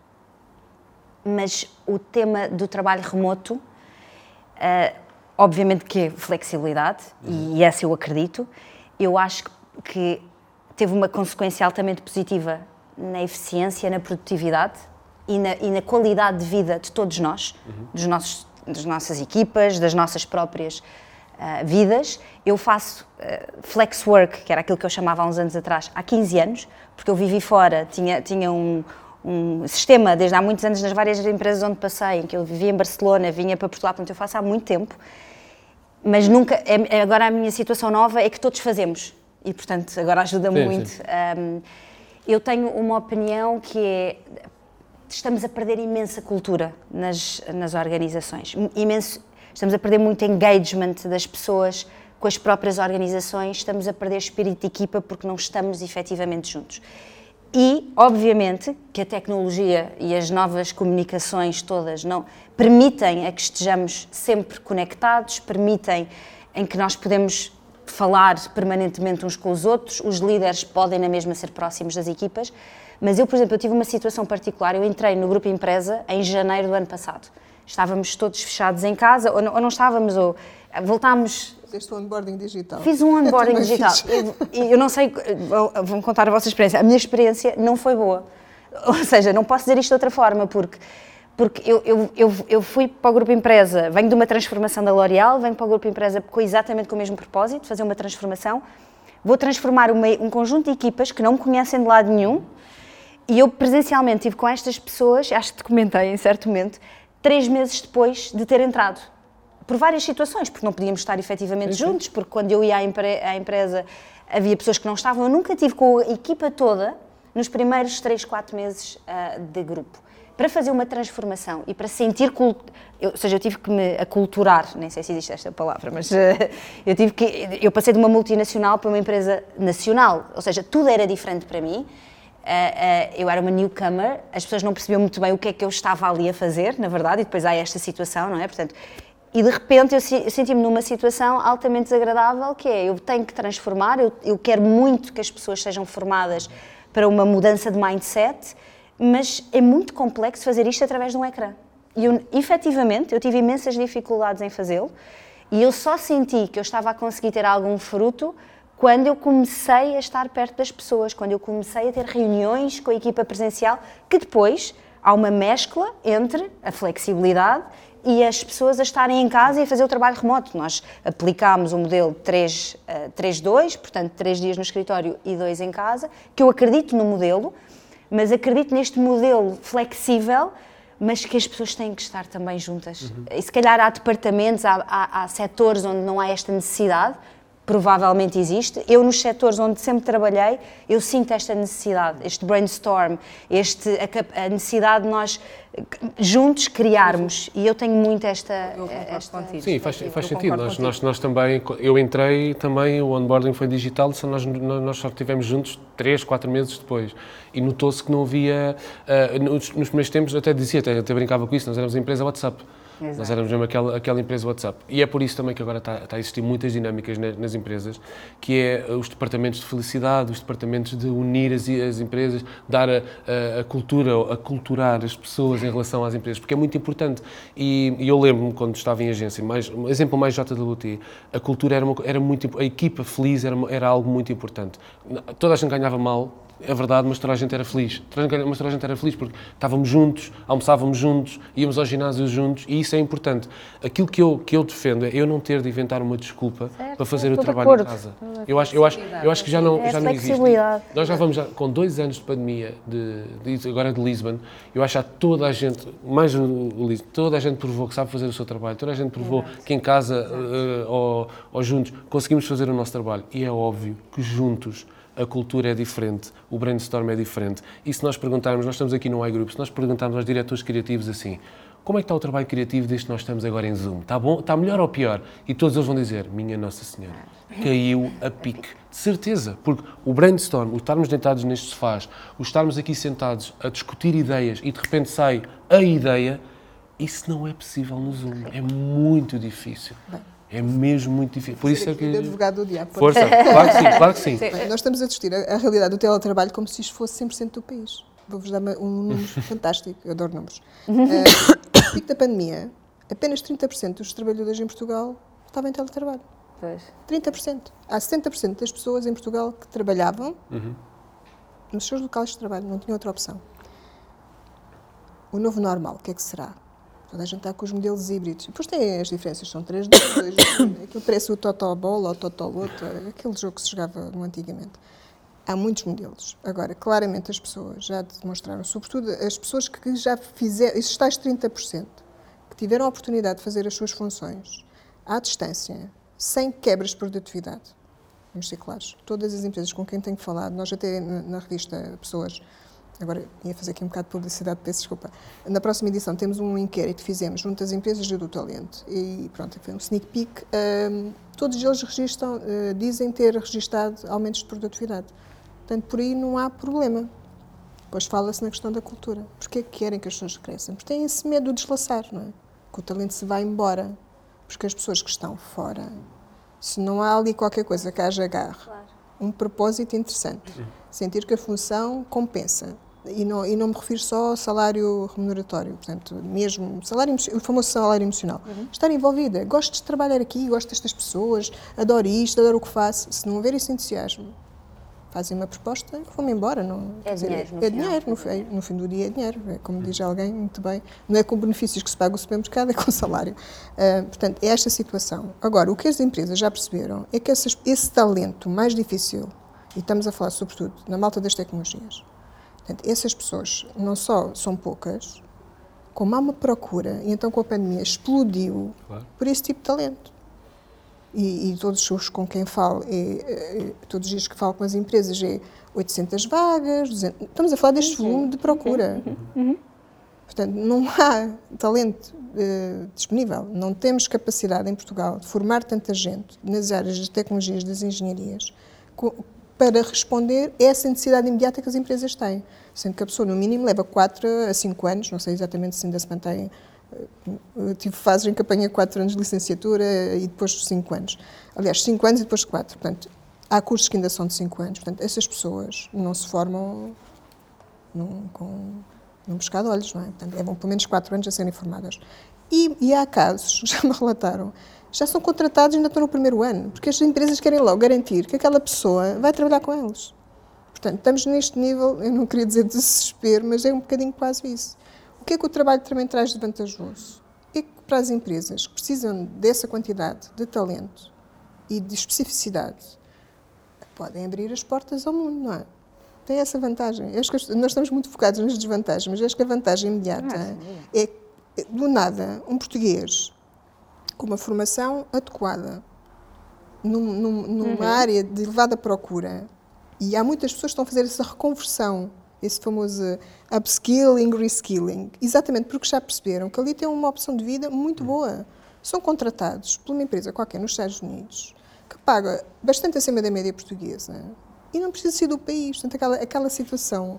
mas o tema do trabalho remoto, uh, obviamente que é flexibilidade, uhum. e essa eu acredito, eu acho que teve uma consequência altamente positiva na eficiência, na produtividade, E na, e na qualidade de vida de todos nós, uhum. dos nossos, das nossas equipas, das nossas próprias uh, vidas. Eu faço uh, flex work, que era aquilo que eu chamava há uns anos atrás, há quinze anos, porque eu vivi fora, tinha, tinha um, um sistema desde há muitos anos nas várias empresas onde passei, em que eu vivia em Barcelona, vinha para Portugal, portanto eu faço há muito tempo, mas nunca, é, agora a minha situação nova é que todos fazemos, e portanto agora ajuda-me sim, muito. Sim. Um, eu tenho uma opinião que é... Estamos a perder imensa cultura nas, nas organizações, imenso, estamos a perder muito engagement das pessoas com as próprias organizações, estamos a perder espírito de equipa porque não estamos efetivamente juntos. E, obviamente, que a tecnologia e as novas comunicações todas não permitem a que estejamos sempre conectados, permitem em que nós podemos falar permanentemente uns com os outros, os líderes podem na mesma ser próximos das equipas. Mas eu, por exemplo, eu tive uma situação particular, eu entrei no Grupo Empresa em janeiro do ano passado. Estávamos todos fechados em casa, ou não, ou não estávamos, ou voltámos... Fizeste um onboarding digital. Fiz um onboarding digital. E eu, eu não sei, vão contar a vossa experiência. A minha experiência não foi boa. Ou seja, não posso dizer isto de outra forma, porque, porque eu, eu, eu, eu fui para o Grupo Empresa, venho de uma transformação da L'Oréal, venho para o Grupo Empresa com exatamente com o mesmo propósito, fazer uma transformação. Vou transformar uma, um conjunto de equipas que não me conhecem de lado nenhum, E eu presencialmente estive com estas pessoas, acho que te comentei em certo momento, três meses depois de ter entrado. Por várias situações, porque não podíamos estar efetivamente sim, juntos, porque quando eu ia à, empre- à empresa havia pessoas que não estavam. Eu nunca tive com a equipa toda nos primeiros três, quatro meses uh, de grupo. Para fazer uma transformação e para sentir, cult... eu, ou seja, eu tive que me aculturar, nem sei se existe esta palavra, mas uh, eu tive que, eu passei de uma multinacional para uma empresa nacional, ou seja, tudo era diferente para mim. Uh, uh, eu era uma newcomer, as pessoas não percebiam muito bem o que é que eu estava ali a fazer, na verdade, e depois há esta situação, não é? Portanto, e de repente eu, eu senti-me numa situação altamente desagradável, que é, eu tenho que transformar, eu, eu quero muito que as pessoas sejam formadas para uma mudança de mindset, mas é muito complexo fazer isto através de um ecrã. E eu, efetivamente, eu tive imensas dificuldades em fazê-lo, e eu só senti que eu estava a conseguir ter algum fruto quando eu comecei a estar perto das pessoas, quando eu comecei a ter reuniões com a equipa presencial, que depois há uma mescla entre a flexibilidade e as pessoas a estarem em casa e a fazer o trabalho remoto. Nós aplicámos o modelo três dois, portanto, três dias no escritório e dois em casa, que eu acredito no modelo, mas acredito neste modelo flexível, mas que as pessoas têm que estar também juntas. Uhum. E se calhar há departamentos, há, há, há setores onde não há esta necessidade, provavelmente existe. Eu, nos setores onde sempre trabalhei, eu sinto esta necessidade, este brainstorm, este, a, a necessidade de nós juntos criarmos. E eu tenho muito esta... Eu esta Sim, faz, faz sentido. Nós, nós, nós também, eu entrei também, o onboarding foi digital, só nós, nós só estivemos juntos três, quatro meses depois. E notou-se que não havia... Uh, nos, nos primeiros tempos, até dizia, até, até brincava com isso, nós éramos a empresa WhatsApp. Exato. Nós éramos mesmo aquela, aquela empresa WhatsApp. E é por isso também que agora está, está a existir muitas dinâmicas nas, nas empresas, que é os departamentos de felicidade, os departamentos de unir as, as empresas, dar a, a, a cultura, a culturar as pessoas em relação às empresas, porque é muito importante. E, e eu lembro-me, quando estava em agência, mais, um exemplo mais J W T, a cultura era, uma, era muito... A equipa feliz era, era algo muito importante. Toda a gente ganhava mal, é verdade, mas toda a gente era feliz. Mas toda a gente era feliz porque estávamos juntos, almoçávamos juntos, íamos ao ginásio juntos, e isso é importante. Aquilo que eu, que eu defendo é eu não ter de inventar uma desculpa certo, para fazer o trabalho em casa. Eu acho, eu, acho, eu acho que já não, é já não existe. Nós já vamos, já, com dois anos de pandemia, de, de, agora de Lisbon, eu acho que toda a gente, mais o Lisbon, toda a gente provou que sabe fazer o seu trabalho, toda a gente provou Exato. Que em casa uh, ou, ou juntos conseguimos fazer o nosso trabalho. E é óbvio que juntos a cultura é diferente, o brainstorm é diferente. E se nós perguntarmos, nós estamos aqui no iGroup, se nós perguntarmos aos diretores criativos assim, como é que está o trabalho criativo desde que nós estamos agora em Zoom? Está bom? Está melhor ou pior? E todos eles vão dizer, minha Nossa Senhora, caiu a pique. De certeza, porque o brainstorm, o estarmos deitados nestes sofás, o estarmos aqui sentados a discutir ideias e de repente sai a ideia, isso não é possível no Zoom. É muito difícil. Bem. É mesmo muito difícil. Por isso é que... advogado do diabo. Força, claro que sim, claro que sim. Bem, nós estamos a discutir a, a realidade do teletrabalho como se isto fosse cem por cento do país. Vou-vos dar um número fantástico, eu adoro números. Uh, no pico da pandemia, apenas trinta por cento dos trabalhadores em Portugal estavam em teletrabalho. Pois. trinta por cento. Há setenta por cento das pessoas em Portugal que trabalhavam uhum. nos seus locais de trabalho, não tinham outra opção. O novo normal, o que é que será? Toda a gente está com os modelos híbridos. E depois tem as diferenças, são três, dois, dois, aquilo parece o Totobol ou o Totoloto, aquele jogo que se jogava no antigamente. Há muitos modelos. Agora, claramente as pessoas já demonstraram, sobretudo as pessoas que já fizeram, esses tais trinta por cento, que tiveram a oportunidade de fazer as suas funções à distância, sem quebras de produtividade. Vamos ser claros. Todas as empresas com quem tenho falado, nós até na, na revista Pessoas, agora ia fazer aqui um bocado de publicidade, peço desculpa. Na próxima edição temos um inquérito que fizemos junto às empresas do talento e pronto, foi um sneak peek. Um, todos eles registram, uh, dizem ter registado aumentos de produtividade. Portanto, por aí não há problema. Depois fala-se na questão da cultura. Porquê que querem que as pessoas cresçam? Porque têm esse medo de deslaçar, não é? Que o talento se vai embora. Porque as pessoas que estão fora, se não há ali qualquer coisa que haja agarre, claro. Um propósito interessante, uhum. sentir que a função compensa. E não, e não me refiro só ao salário remuneratório, portanto, mesmo salário, o famoso salário emocional. Uhum. Estar envolvida, gosto de trabalhar aqui, gosto destas pessoas, adoro isto, adoro o que faço. Se não houver esse entusiasmo, fazem uma proposta, vou-me embora. Não, é dizer, dinheiro, no É final. dinheiro, no, no fim do dia é dinheiro. É, como diz alguém, muito bem, não é com benefícios que se paga o supermercado, é com o salário. Uh, portanto, é esta situação. Agora, o que as empresas já perceberam é que essas, esse talento mais difícil, e estamos a falar sobretudo na malta das tecnologias, Portanto, essas pessoas não só são poucas, como há uma procura, e então com a pandemia explodiu claro. Por esse tipo de talento. E, e todos os com quem falo, é, é, todos os dias que falo com as empresas, é oitocentas vagas, duzentas, estamos a falar deste volume de procura. Uhum. Portanto, não há talento uh, disponível, não temos capacidade em Portugal de formar tanta gente nas áreas das tecnologias, das engenharias, co- para responder a essa necessidade imediata que as empresas têm. Sendo que a pessoa, no mínimo, leva quatro a cinco anos, não sei exatamente se ainda se mantém. Eu tive fases em que apanhei quatro anos de licenciatura e depois cinco anos. Aliás, cinco anos e depois quatro. Portanto, há cursos que ainda são de cinco anos. Portanto, essas pessoas não se formam num, com, num pescar de olhos, não é? Portanto, levam pelo menos quatro anos a serem formadas. E, e há casos, já me relataram, já são contratados e ainda estão no primeiro ano, porque as empresas querem logo garantir que aquela pessoa vai trabalhar com eles. Portanto, estamos neste nível, eu não queria dizer de desespero, mas é um bocadinho quase isso. O que é que o trabalho também traz de vantajoso? É que para as empresas que precisam dessa quantidade de talento e de especificidade, podem abrir as portas ao mundo, não é? Tem essa vantagem. Eu acho que nós estamos muito focados nas desvantagens, mas acho que a vantagem imediata é, é, do nada, um português com uma formação adequada, num, num, numa uhum. área de elevada procura, e há muitas pessoas que estão a fazer essa reconversão, esse famoso upskilling, reskilling, exatamente porque já perceberam que ali tem uma opção de vida muito boa. São contratados por uma empresa qualquer nos Estados Unidos, que paga bastante acima da média portuguesa, e não precisa ser do país. Portanto, aquela, aquela situação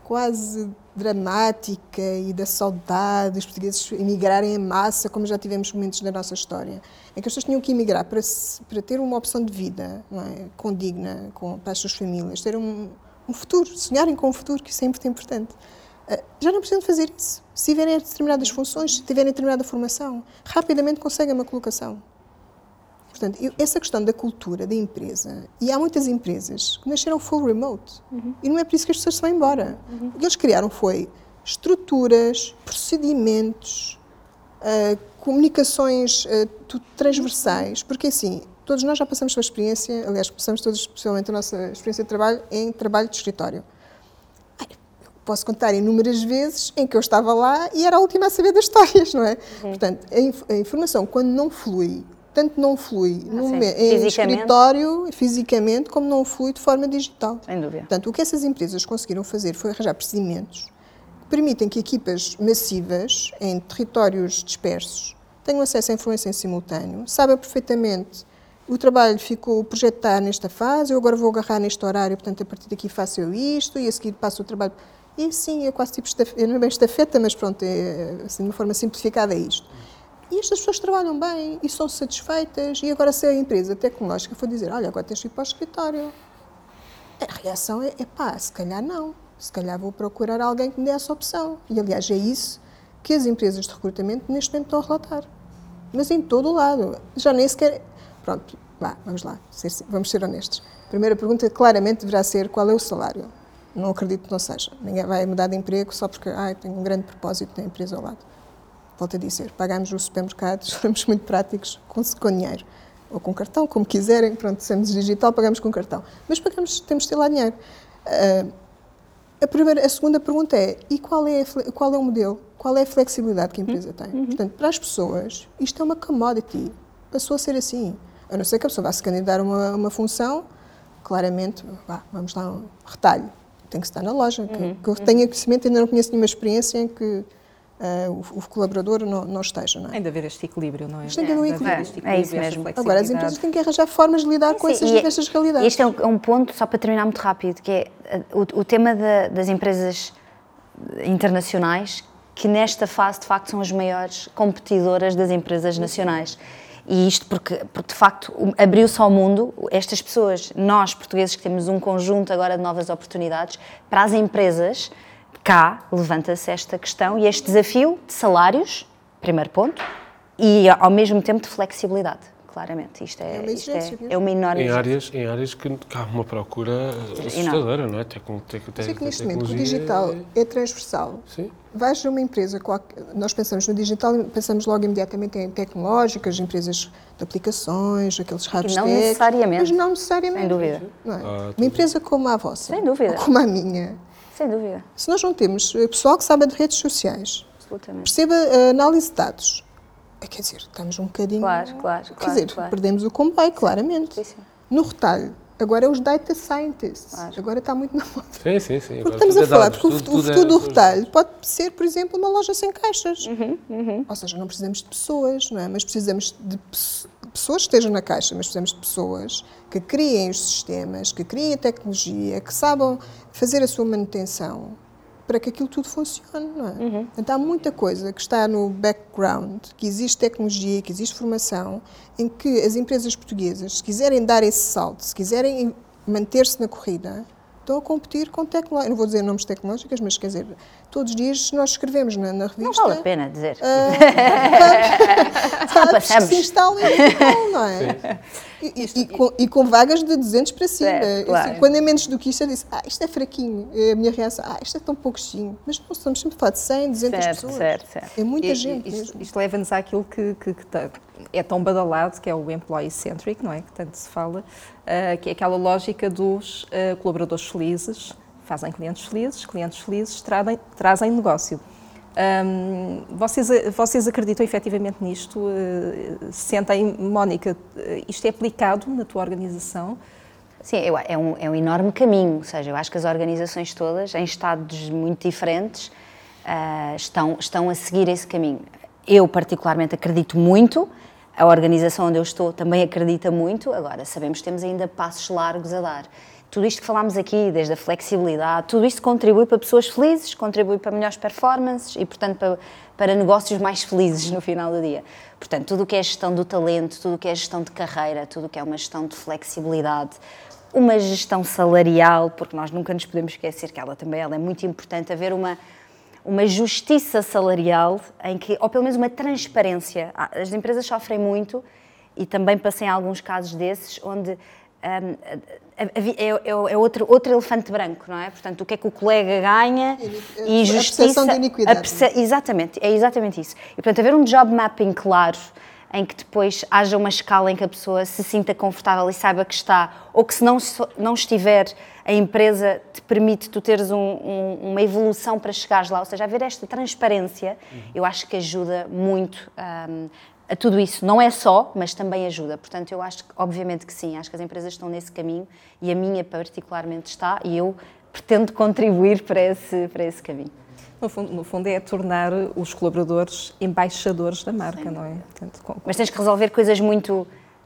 quase dramática e da saudade dos portugueses emigrarem em massa, como já tivemos momentos na nossa história, em que as pessoas tinham que emigrar para, para ter uma opção de vida, não é? Condigna com, para as suas famílias, ter um, um futuro, sonharem com um futuro, que isso é muito importante. Uh, já não precisam de fazer isso. Se tiverem determinadas funções, se tiverem determinada formação, rapidamente conseguem uma colocação. Portanto, eu, essa questão da cultura da empresa, e há muitas empresas que nasceram full remote, uhum. e não é por isso que as pessoas se vão embora. Uhum. O que eles criaram foi estruturas, procedimentos, uh, comunicações uh, transversais, porque assim, todos nós já passamos pela experiência, aliás, passamos todos, especialmente a nossa experiência de trabalho, em trabalho de escritório. Ai, posso contar inúmeras vezes em que eu estava lá e era a última a saber das histórias, não é? Uhum. Portanto, a, inf- a informação, quando não flui, tanto não flui ah, no, em escritório, fisicamente, como não flui de forma digital. Sem dúvida. Portanto, o que essas empresas conseguiram fazer foi arranjar procedimentos que permitem que equipas massivas, em territórios dispersos, tenham acesso à informação em simultâneo, saibam perfeitamente o trabalho ficou, o projeto está nesta fase, eu agora vou agarrar neste horário, portanto, a partir daqui faço eu isto, e a seguir passo o trabalho. E sim, é quase tipo estafeta, não é bem estafeta, mas pronto, é, assim, de uma forma simplificada é isto. E estas pessoas trabalham bem e são satisfeitas. E agora, se a empresa tecnológica for dizer, olha, agora tens de ir para o escritório, a reação é, é pá, se calhar não. Se calhar vou procurar alguém que me dê essa opção. E, aliás, é isso que as empresas de recrutamento neste momento estão a relatar. Mas em todo o lado. Já nem sequer... Pronto, vá, vamos lá, ser, vamos ser honestos. A primeira pergunta claramente deverá ser qual é o salário. Não acredito que não seja. Ninguém vai mudar de emprego só porque ah, tenho um grande propósito na empresa ao lado. Volto a dizer, pagamos os supermercados, somos muito práticos com, com dinheiro. Ou com cartão, como quiserem, pronto, somos digital, pagamos com cartão. Mas pagamos, temos de ter lá dinheiro. Uh, a, primeira, a segunda pergunta é, e qual é, a, qual é o modelo? Qual é a flexibilidade que a empresa tem? Uhum. Portanto, para as pessoas, isto é uma commodity. Passou a ser assim. A não ser que a pessoa vá se candidatar a uma, uma função, claramente, vá, vamos lá, um retalho. Tem que estar na loja. Uhum. Que, que eu tenha conhecimento, ainda não conheço nenhuma experiência em que Uh, o, o colaborador não, não esteja, não é? Tem de haver este equilíbrio, não é? Tem de haver um equilíbrio. É, é isso mesmo. Agora, as empresas têm que arranjar formas de lidar com essas diversas realidades. Este é um, um ponto, só para terminar muito rápido, que é o, o tema da, das empresas internacionais, que nesta fase, de facto, são as maiores competidoras das empresas nacionais. E isto porque, porque de facto, abriu-se ao mundo, estas pessoas, nós, portugueses, que temos um conjunto agora de novas oportunidades, para as empresas... Cá levanta-se esta questão e este desafio de salários, primeiro ponto, e ao mesmo tempo de flexibilidade, claramente. Isto é, é, uma, isto é, é uma enorme... Em áreas, em áreas que, que há uma procura assustadora, não é? Tecno, tec, tec, Sei que neste momento o digital é transversal. Sim. Vais a uma empresa, nós pensamos no digital, pensamos logo imediatamente em tecnológicas, empresas de aplicações, aqueles raros não necessariamente. Mas não necessariamente. Sem dúvida. Não é? Ah, uma empresa como a vossa, sem dúvida. ou como a minha, Sem dúvida. Se nós não temos pessoal que saiba de redes sociais, Absolutamente. perceba a análise de dados, quer dizer, estamos um bocadinho... Claro, claro, Quer claro, dizer, claro. perdemos o comboio, claramente. Sim, sim. No retalho, agora é os data scientists. Claro. Agora está muito na moda. Sim, sim, sim. Porque Agora estamos tudo a é falar, dados, porque o tudo- fu- o tudo é- futuro do tudo- retalho pode ser, por exemplo, uma loja sem caixas. Uhum, Ou seja, não precisamos de pessoas, não é? Mas precisamos de pe- pessoas que estejam na caixa, mas precisamos de pessoas que criem os sistemas, que criem a tecnologia, que saibam fazer a sua manutenção para que aquilo tudo funcione, não é? Uhum. Portanto, há muita coisa que está no background, que existe tecnologia, que existe formação, em que as empresas portuguesas, se quiserem dar esse salto, se quiserem manter-se na corrida, estão a competir com tecnologia. Não vou dizer nomes tecnológicos, mas quer dizer, todos os dias nós escrevemos na, na revista. Não vale a pena dizer. Só passamos. se instalem muito bom, não é? E, e- e com, e com vagas de duzentos para cima. Certo, Eu, claro. assim, quando é menos do que isto, eu disse, ah, isto é fraquinho. É a minha reação, ah, isto é tão pouquinho. Mas não, estamos sempre a falar de cem, duzentas Certo, pessoas. certo, certo. É muita E- gente isto, mesmo. isto leva-nos àquilo que, que- que tá- é tão badalado, que é o employee-centric, não é? Que tanto se fala, ah, que é aquela lógica dos ah, colaboradores felizes, fazem clientes felizes, clientes felizes trazem, trazem negócio. Ahm, vocês, vocês acreditam efetivamente nisto? Uh, sentem, Mónica, uh, isto é aplicado na tua organização? Sim, eu- é um, é um enorme caminho, ou seja, eu acho que as organizações todas, em estados muito diferentes, ah, estão, estão a seguir esse caminho. Eu, particularmente, acredito muito, a organização onde eu estou também acredita muito, agora sabemos que temos ainda passos largos a dar. Tudo isto que falámos aqui, desde a flexibilidade, tudo isto contribui para pessoas felizes, contribui para melhores performances e, portanto, para, para negócios mais felizes no final do dia. Portanto, tudo o que é gestão do talento, tudo o que é gestão de carreira, tudo o que é uma gestão de flexibilidade, uma gestão salarial, porque nós nunca nos podemos esquecer que ela também ela é muito importante, haver uma, uma justiça salarial, em que, ou pelo menos uma transparência. As empresas sofrem muito, e também passei em alguns casos desses, onde hum, é, é, é outro, outro elefante branco, não é? Portanto, o que é que o colega ganha A e justiça... percepção de iniquidade. a perce- Exatamente, é exatamente isso. E, portanto, haver um job mapping claro, em que depois haja uma escala em que a pessoa se sinta confortável e saiba que está, ou que se não, não estiver, a empresa te permite tu teres um, um, uma evolução para chegares lá, ou seja, haver esta transparência, uhum. eu acho que ajuda muito um, a tudo isso. Não é só, mas também ajuda. Portanto, eu acho que, obviamente que sim, acho que as empresas estão nesse caminho e a minha particularmente está e eu pretendo contribuir para esse, para esse caminho. No fundo, no fundo é tornar os colaboradores embaixadores da marca, sim. Não é? Portanto, com, com... Mas tens que resolver coisas muito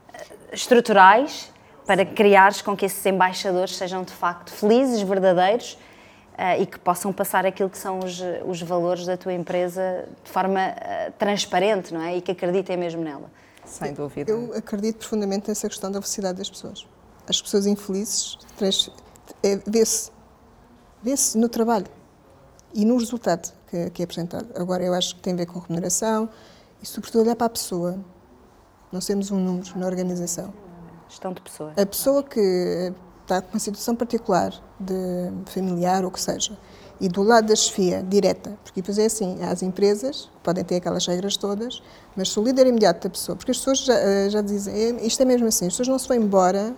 estruturais para criares com que esses embaixadores sejam de facto felizes, verdadeiros uh, e que possam passar aquilo que são os, os valores da tua empresa de forma uh, transparente, não é? E que acreditem mesmo nela. Sem dúvida. Eu acredito profundamente nessa questão da felicidade das pessoas. As pessoas infelizes trans, é, vê-se, vê-se no trabalho e no resultado que, que é apresentado. Agora, eu acho que tem a ver com remuneração e, sobretudo, olhar para a pessoa. Nós temos um número na organização. Gestão de pessoas. A pessoa que está com uma situação particular, de familiar ou o que seja, e do lado da chefia, direta, porque depois é assim, há as empresas, podem ter aquelas regras todas, mas se o líder imediato da pessoa, porque as pessoas já, já dizem, isto é mesmo assim, as pessoas não se vão embora,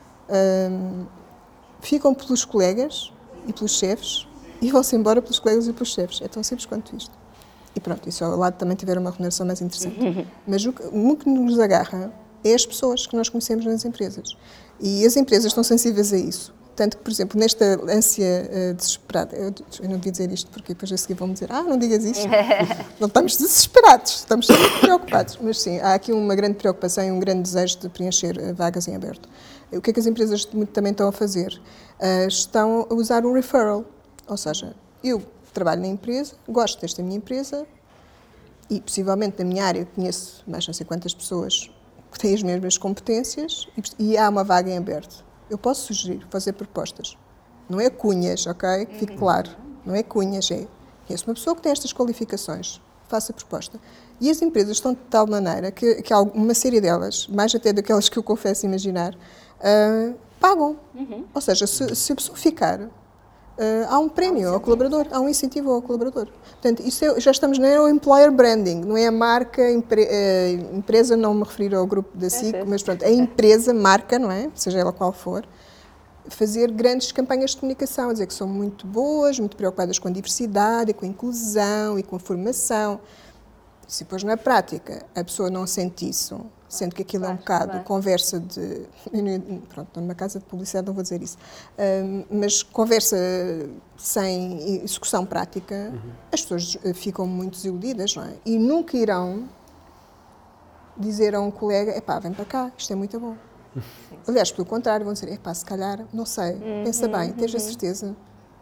hum, ficam pelos colegas e pelos chefes, e vão-se embora pelos colegas e pelos chefes. É tão simples quanto isto. E pronto, isso ao lado também tiver uma remuneração mais interessante. Mas o que, o que nos agarra é as pessoas que nós conhecemos nas empresas. E as empresas estão sensíveis a isso. Tanto que, por exemplo, nesta ânsia uh, desesperada, eu, eu não devia dizer isto porque depois a seguir vão-me dizer, ah, não digas isto. Não estamos desesperados, estamos sempre preocupados. Mas sim, há aqui uma grande preocupação e um grande desejo de preencher uh, vagas em aberto. O que é que as empresas também estão a fazer? Uh, estão a usar um referral. Ou seja, eu trabalho na empresa, gosto desta minha empresa e, possivelmente, na minha área conheço mais não sei quantas pessoas que têm as mesmas competências e, e há uma vaga em aberto. Eu posso sugerir, fazer propostas. Não é cunhas, ok? Que fique claro. Não é cunhas, é. Conheço uma pessoa que tem estas qualificações, faça a proposta. E as empresas estão de tal maneira que, que uma série delas, mais até daquelas que eu confesso imaginar, uh, pagam. Uhum. Ou seja, se, se a pessoa ficar... Uh, há um prémio ao colaborador, há um incentivo ao colaborador. Portanto, isso é, já estamos não é o employer branding, não é a marca, empre, uh, empresa, não me refiro ao grupo da S I C, mas pronto, a empresa, marca, não é? Seja ela qual for, fazer grandes campanhas de comunicação, a dizer que são muito boas, muito preocupadas com a diversidade, e com a inclusão e com a formação. Se depois na prática a pessoa não sente isso, sente que aquilo claro, é um bocado claro. conversa de... Pronto, numa casa de publicidade não vou dizer isso, um, mas conversa sem execução prática, uhum. as pessoas ficam muito desiludidas, não é? E nunca irão dizer a um colega, epá, vem para cá, isto é muito bom. Aliás, pelo contrário, vão dizer, epá, se calhar, não sei, uhum, pensa bem, uhum. tens a certeza.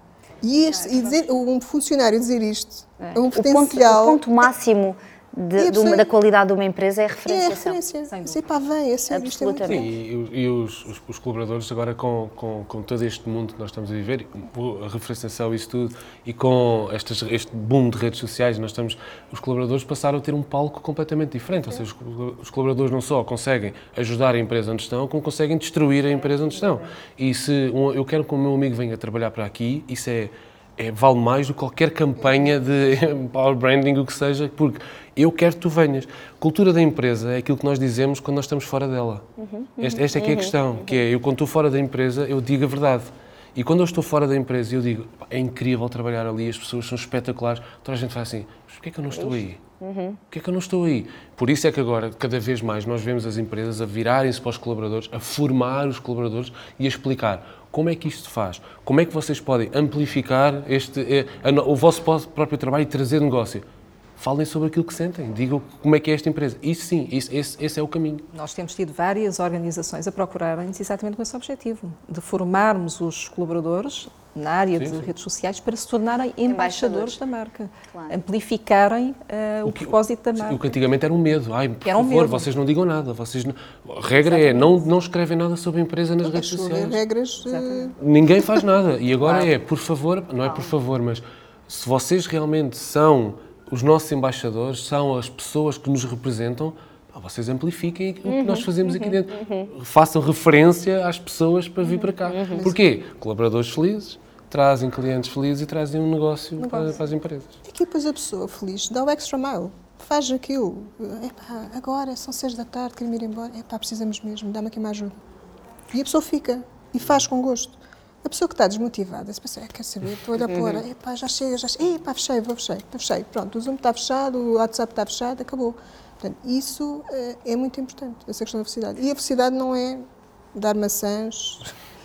E, este, e dizer, um funcionário dizer isto, é um potencial... O ponto, o ponto máximo de, de uma, da qualidade de uma empresa é a referenciação. É a referência. Sim, pá, vem, é sério, isto é muito bom. E, e os, os, os colaboradores agora com, com, com todo este mundo que nós estamos a viver, a referenciação, isso tudo, e com estas, este boom de redes sociais, nós estamos, os colaboradores passaram a ter um palco completamente diferente. Ou seja, os colaboradores não só conseguem ajudar a empresa onde estão, como conseguem destruir a empresa onde estão. E se um, eu quero que o meu amigo venha trabalhar para aqui, isso é... É, vale mais do que qualquer campanha de power branding, o que seja, porque eu quero que tu venhas. Cultura da empresa é aquilo que nós dizemos quando nós estamos fora dela. Uhum, uhum, esta, esta é que é a questão, uhum. que é, eu quando estou fora da empresa, eu digo a verdade. E quando eu estou fora da empresa, eu digo, é incrível trabalhar ali, as pessoas são espetaculares, toda a gente faz assim, mas porquê é que eu não estou aí? Uhum. Porquê é que eu não estou aí? Por isso é que agora, cada vez mais, nós vemos as empresas a virarem-se para os colaboradores, a formar os colaboradores e a explicar como é que isto se faz, como é que vocês podem amplificar este, eh, a, o vosso próprio trabalho e trazer negócio. Falem sobre aquilo que sentem, digam como é que é esta empresa. Isso sim, isso, esse, esse é o caminho. Nós temos tido várias organizações a procurarem-nos exatamente com esse objetivo, de formarmos os colaboradores na área sim, de sim. redes sociais para se tornarem embaixadores, embaixadores da marca, claro. amplificarem uh, o, o que, propósito da marca. O que antigamente era um medo. Ai, por era um favor, medo. vocês não digam nada. Vocês não... A regra Exatamente. é, não, não escrevem nada sobre a empresa nas não, redes sociais. regras... Exatamente. Ninguém faz nada. E agora claro. é, por favor, não é por favor, mas se vocês realmente são os nossos embaixadores, são as pessoas que nos representam, vocês amplifiquem o que nós fazemos aqui dentro. Façam referência às pessoas para vir para cá. Porquê? Colaboradores felizes, trazem clientes felizes e trazem um negócio, negócio. Para, para as empresas. E que depois a pessoa feliz dá o extra mile, faz aquilo. Epá, agora são seis da tarde, quero ir embora. Epá, precisamos mesmo, dá-me aqui uma ajuda. E a pessoa fica e faz com gosto. A pessoa que está desmotivada, se pensa, quer saber, estou a olhar para a hora, epá, já chega, já chega, epá, fechei, vou fechei, fechei. Pronto, o Zoom está fechado, o WhatsApp está fechado, acabou. Portanto, isso é, é muito importante, essa questão da felicidade. E a felicidade não é dar maçãs...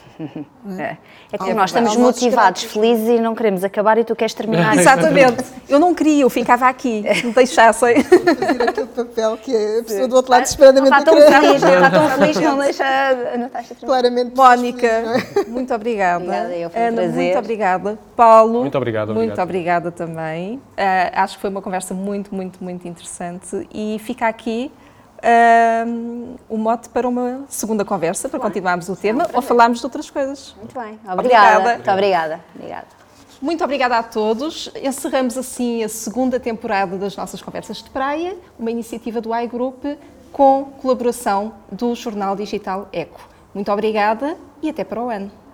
É, é que nós estamos motivados, felizes e não queremos acabar e tu queres terminar. Exatamente. Eu não queria, eu ficava aqui, se me deixassem. Fazer aquele papel que a pessoa do outro lado desesperadamente não está tão feliz, não está tão feliz, não deixa a Natasha terminar. Claramente. Mónica, feliz, muito obrigada. Obrigada, eu, foi um Ana, prazer. muito obrigada. Paulo, muito obrigado. Muito obrigado. obrigada também. Uh, acho que foi uma conversa muito, muito, muito interessante e fica aqui Um, o mote para uma segunda conversa, para continuarmos o tema ou falarmos de outras coisas. Muito bem, obrigada. Obrigada. Muito obrigada. obrigada. Muito obrigada a todos. Encerramos assim a segunda temporada das nossas Conversas de Praia, uma iniciativa do iGroup com colaboração do jornal digital Eco. Muito obrigada e até para o ano.